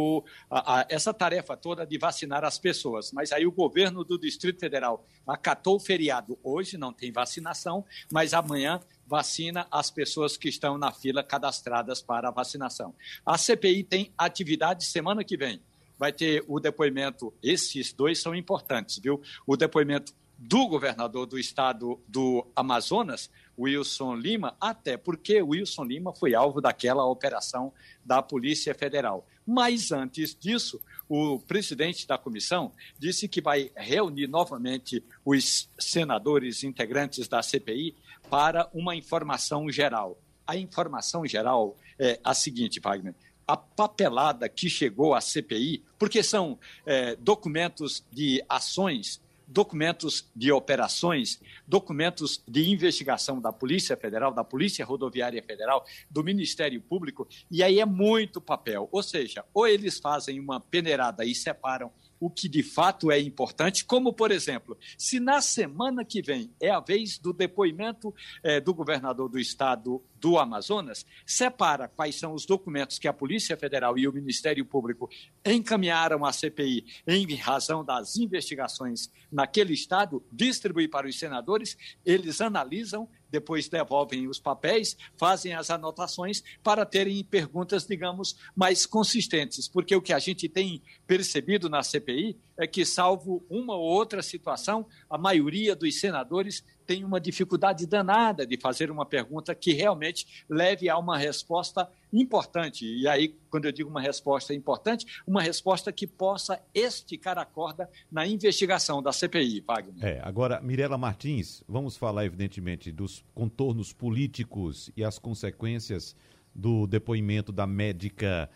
essa tarefa toda de vacinar as pessoas. Mas aí o governo do Distrito Federal acatou o feriado. Hoje não tem vacinação, mas amanhã vacina as pessoas que estão na fila cadastradas para a vacinação. A CPI tem atividade semana que vem. Vai ter o depoimento, esses dois são importantes, viu? O depoimento do governador do estado do Amazonas, Wilson Lima, até porque Wilson Lima foi alvo daquela operação da Polícia Federal. Mas antes disso, o presidente da comissão disse que vai reunir novamente os senadores integrantes da CPI para uma informação geral. A informação geral é a seguinte, Wagner. A papelada que chegou à CPI, porque são documentos de ações, documentos de operações, documentos de investigação da Polícia Federal, da Polícia Rodoviária Federal, do Ministério Público, e aí é muito papel. Ou seja, ou eles fazem uma peneirada e separam o que de fato é importante, como, por exemplo, se na semana que vem é a vez do depoimento do governador do estado do Amazonas, separa quais são os documentos que a Polícia Federal e o Ministério Público encaminharam à CPI em razão das investigações naquele estado, distribui para os senadores, eles analisam, depois devolvem os papéis, fazem as anotações para terem perguntas, digamos, mais consistentes, porque o que a gente tem percebido na CPI é que, salvo uma ou outra situação, a maioria dos senadores tem uma dificuldade danada de fazer uma pergunta que realmente leve a uma resposta importante. E aí, quando eu digo uma resposta importante, uma resposta que possa esticar a corda na investigação da CPI, Wagner. Agora, Mirela Martins, vamos falar, evidentemente, dos contornos políticos e as consequências do depoimento da médica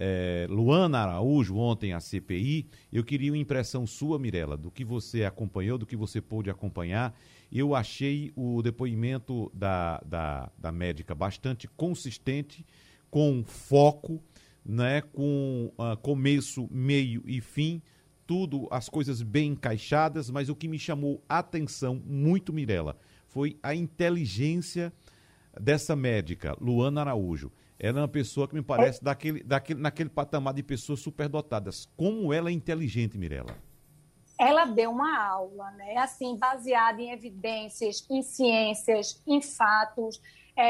Luana Araújo ontem à CPI. Eu queria uma impressão sua, Mirela, do que você acompanhou, do que você pôde acompanhar. Eu achei o depoimento da médica bastante consistente, com foco, né, com começo, meio e fim, tudo, as coisas bem encaixadas, mas o que me chamou a atenção muito, Mirela, foi a inteligência dessa médica, Luana Araújo. Ela é uma pessoa que me parece naquele patamar de pessoas superdotadas. Como ela é inteligente, Mirela? Ela deu uma aula, né? Assim, baseada em evidências, em ciências, em fatos.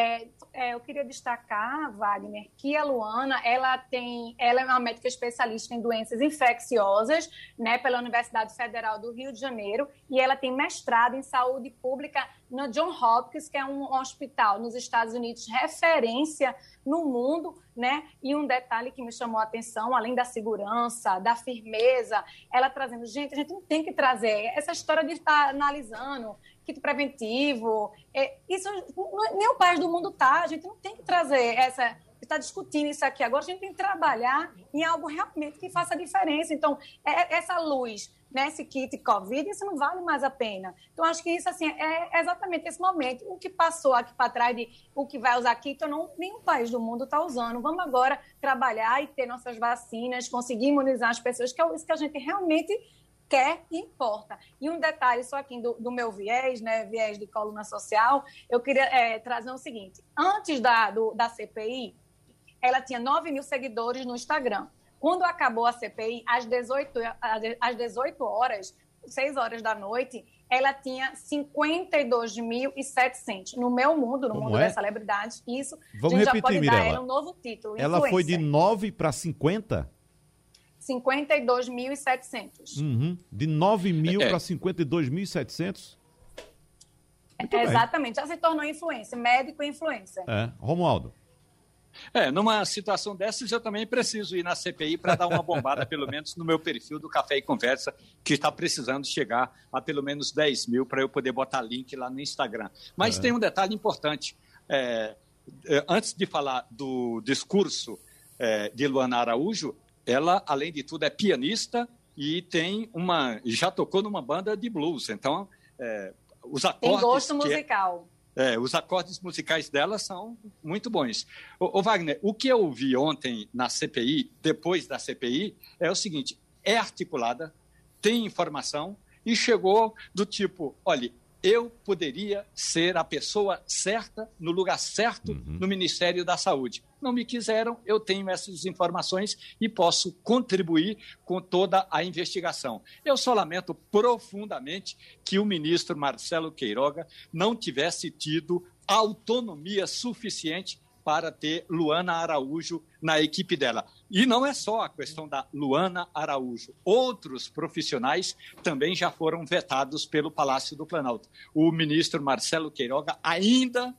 Eu queria destacar, Wagner, que a Luana, ela é uma médica especialista em doenças infecciosas, né, pela Universidade Federal do Rio de Janeiro, e ela tem mestrado em saúde pública no Johns Hopkins, que é um hospital nos Estados Unidos, referência no mundo, né? E um detalhe que me chamou a atenção, além da segurança, da firmeza, ela trazendo, a gente não tem que trazer essa história de estar analisando kit preventivo, isso nem o país do mundo está, a gente não tem que trazer está discutindo isso aqui agora, a gente tem que trabalhar em algo realmente que faça diferença. Então, essa luz, né, esse kit Covid, isso não vale mais a pena. Então, acho que isso assim, é exatamente esse momento. O que passou aqui para trás de o que vai usar kit, nenhum país do mundo está usando. Vamos agora trabalhar e ter nossas vacinas, conseguir imunizar as pessoas, que é isso que a gente realmente quer e importa. E um detalhe só aqui do meu viés, né, viés de coluna social, eu queria trazer o seguinte. Antes da CPI, ela tinha 9 mil seguidores no Instagram. Quando acabou a CPI, às 18 horas, 6 horas da noite, ela tinha 52.700. No meu mundo, no mundo das celebridades, isso, vamos a gente repetir, já pode Mirela. dar ela um novo título. Ela foi de 9 para 50? 52.700. De 9 mil para 52.700? Exatamente, já se tornou influência, médico e influência. Romualdo. Numa situação dessas, eu também preciso ir na CPI para dar uma bombada, pelo menos no meu perfil do Café e Conversa, que está precisando chegar a pelo menos 10 mil para eu poder botar link lá no Instagram. Mas tem um detalhe importante. Antes de falar do discurso de Luana Araújo, ela, além de tudo, é pianista e já tocou numa banda de blues. Então, os acordes... Tem gosto musical. Os acordes musicais dela são muito bons. Ô Wagner, o que eu vi ontem na CPI, depois da CPI, é o seguinte: é articulada, tem informação e chegou do tipo, olha, eu poderia ser a pessoa certa, no lugar certo, no Ministério da Saúde. Não me quiseram, eu tenho essas informações e posso contribuir com toda a investigação. Eu só lamento profundamente que o ministro Marcelo Queiroga não tivesse tido autonomia suficiente para ter Luana Araújo na equipe dela. E não é só a questão da Luana Araújo. Outros profissionais também já foram vetados pelo Palácio do Planalto. O ministro Marcelo Queiroga ainda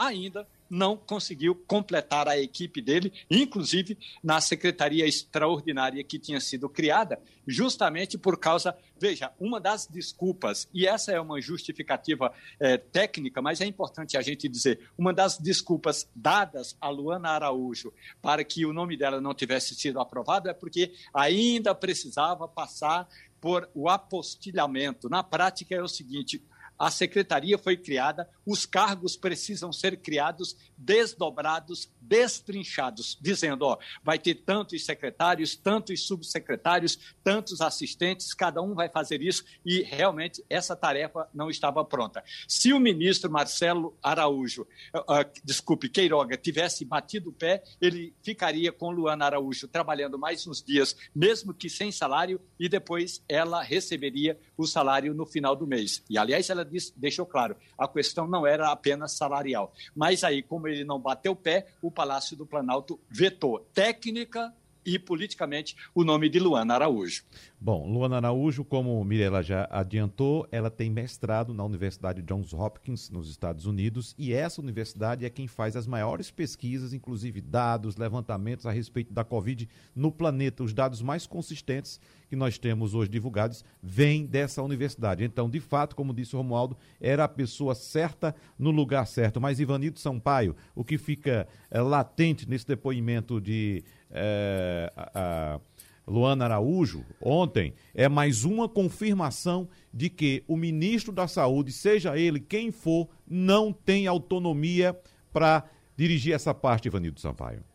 não conseguiu completar a equipe dele, inclusive na secretaria extraordinária que tinha sido criada, justamente por causa... Veja, uma das desculpas, e essa é uma justificativa técnica, mas é importante a gente dizer, uma das desculpas dadas a Luana Araújo para que o nome dela não tivesse sido aprovado é porque ainda precisava passar por o apostilhamento. Na prática é o seguinte... A secretaria foi criada, os cargos precisam ser criados, desdobrados, destrinchados, dizendo, vai ter tantos secretários, tantos subsecretários, tantos assistentes, cada um vai fazer isso e realmente essa tarefa não estava pronta. Se o ministro Marcelo Araújo, Queiroga, tivesse batido o pé, ele ficaria com Luana Araújo trabalhando mais uns dias, mesmo que sem salário, e depois ela receberia o salário no final do mês. E, aliás, ela deixou claro, a questão não era apenas salarial. Mas aí, como ele não bateu o pé, o Palácio do Planalto vetou técnica e politicamente o nome de Luana Araújo. Bom, Luana Araújo, como Mirela já adiantou, ela tem mestrado na Universidade Johns Hopkins, nos Estados Unidos, e essa universidade é quem faz as maiores pesquisas, inclusive dados, levantamentos a respeito da Covid no planeta. Os dados mais consistentes que nós temos hoje divulgados vêm dessa universidade. Então, de fato, como disse o Romualdo, era a pessoa certa no lugar certo. Mas, Ivanildo Sampaio, o que fica latente nesse depoimento de Luana Araújo ontem é mais uma confirmação de que o ministro da Saúde, seja ele quem for, não tem autonomia para dirigir essa parte, Ivanildo Sampaio.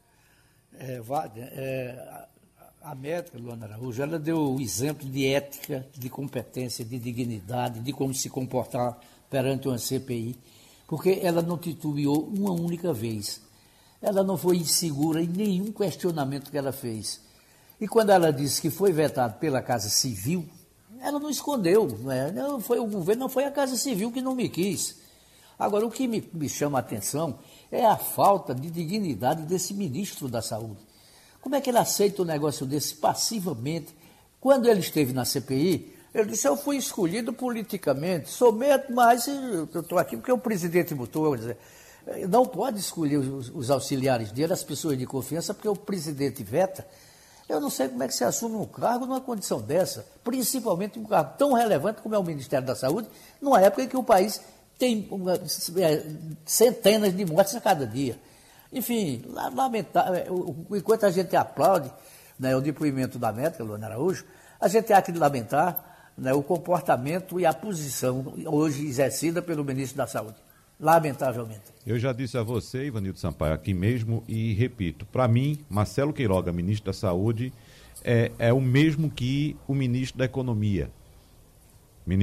A médica Luana Araújo, ela deu o exemplo de ética, de competência, de dignidade, de como se comportar perante uma CPI, porque ela não titubeou uma única vez. Ela não foi insegura em nenhum questionamento que ela fez. E quando ela disse que foi vetado pela Casa Civil, ela não escondeu. Não foi o governo, não foi a Casa Civil que não me quis. Agora, o que me chama a atenção é a falta de dignidade desse ministro da Saúde. Como é que ele aceita um negócio desse passivamente? Quando ele esteve na CPI, ele disse, eu fui escolhido politicamente, somente, mas eu estou aqui porque o presidente botou, não pode escolher os auxiliares dele, as pessoas de confiança, porque o presidente veta. Eu não sei como é que se assume um cargo numa condição dessa, principalmente um cargo tão relevante como é o Ministério da Saúde, numa época em que o país tem centenas de mortes a cada dia. Enfim, lamentável. Enquanto a gente aplaude o depoimento da médica, Luana Araújo, a gente há que lamentar o comportamento e a posição hoje exercida pelo ministro da Saúde. Lamentavelmente. Eu já disse a você, Ivanildo Sampaio, aqui mesmo e repito, para mim, Marcelo Queiroga, ministro da Saúde, é o mesmo que o ministro da Economia. Me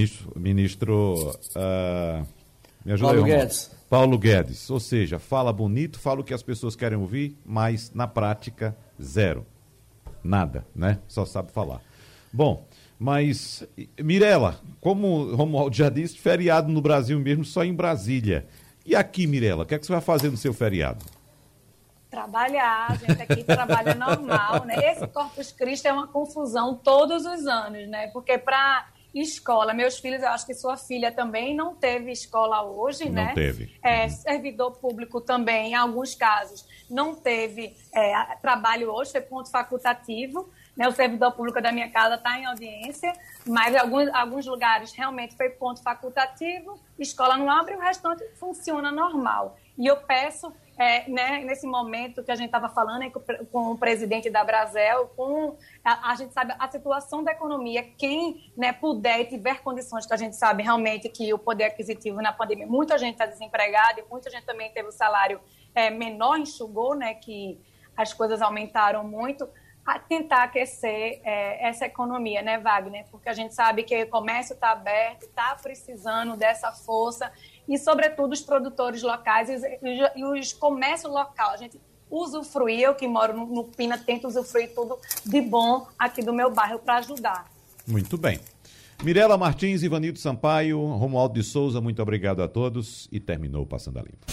ajuda Paulo aí, Guedes. Paulo Guedes, ou seja, fala bonito, fala o que as pessoas querem ouvir, mas na prática, zero. Nada, né? Só sabe falar. Bom, mas, Mirela, como o Romualdo já disse, feriado no Brasil mesmo, só em Brasília. E aqui, Mirela, o que é que você vai fazer no seu feriado? Trabalhar, a gente aqui trabalha normal, né? Esse Corpus Christi é uma confusão todos os anos, né? Porque para escola, meus filhos, eu acho que sua filha também não teve escola hoje, né? Não teve. Servidor público também, em alguns casos, não teve trabalho hoje, foi ponto facultativo, né? O servidor público da minha casa está em audiência, mas em alguns lugares realmente foi ponto facultativo, escola não abre, o restante funciona normal. E eu peço, né, nesse momento que a gente estava falando com o presidente da Brasel, a gente sabe a situação da economia, quem, né, puder e tiver condições, que a gente sabe realmente que o poder aquisitivo na pandemia, muita gente está desempregada e muita gente também teve o salário menor, enxugou, né, que as coisas aumentaram muito, a tentar aquecer essa economia, né, Wagner? Porque a gente sabe que o comércio está aberto, está precisando dessa força e, sobretudo, os produtores locais e os comércios locais. A gente usufruir, eu que moro no Pina, tento usufruir tudo de bom aqui do meu bairro para ajudar. Muito bem. Mirela Martins, Ivanildo Sampaio, Romualdo de Souza, muito obrigado a todos e terminou Passando a Limpo.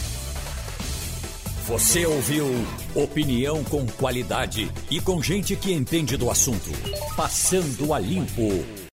Você ouviu opinião com qualidade e com gente que entende do assunto. Passando a Limpo.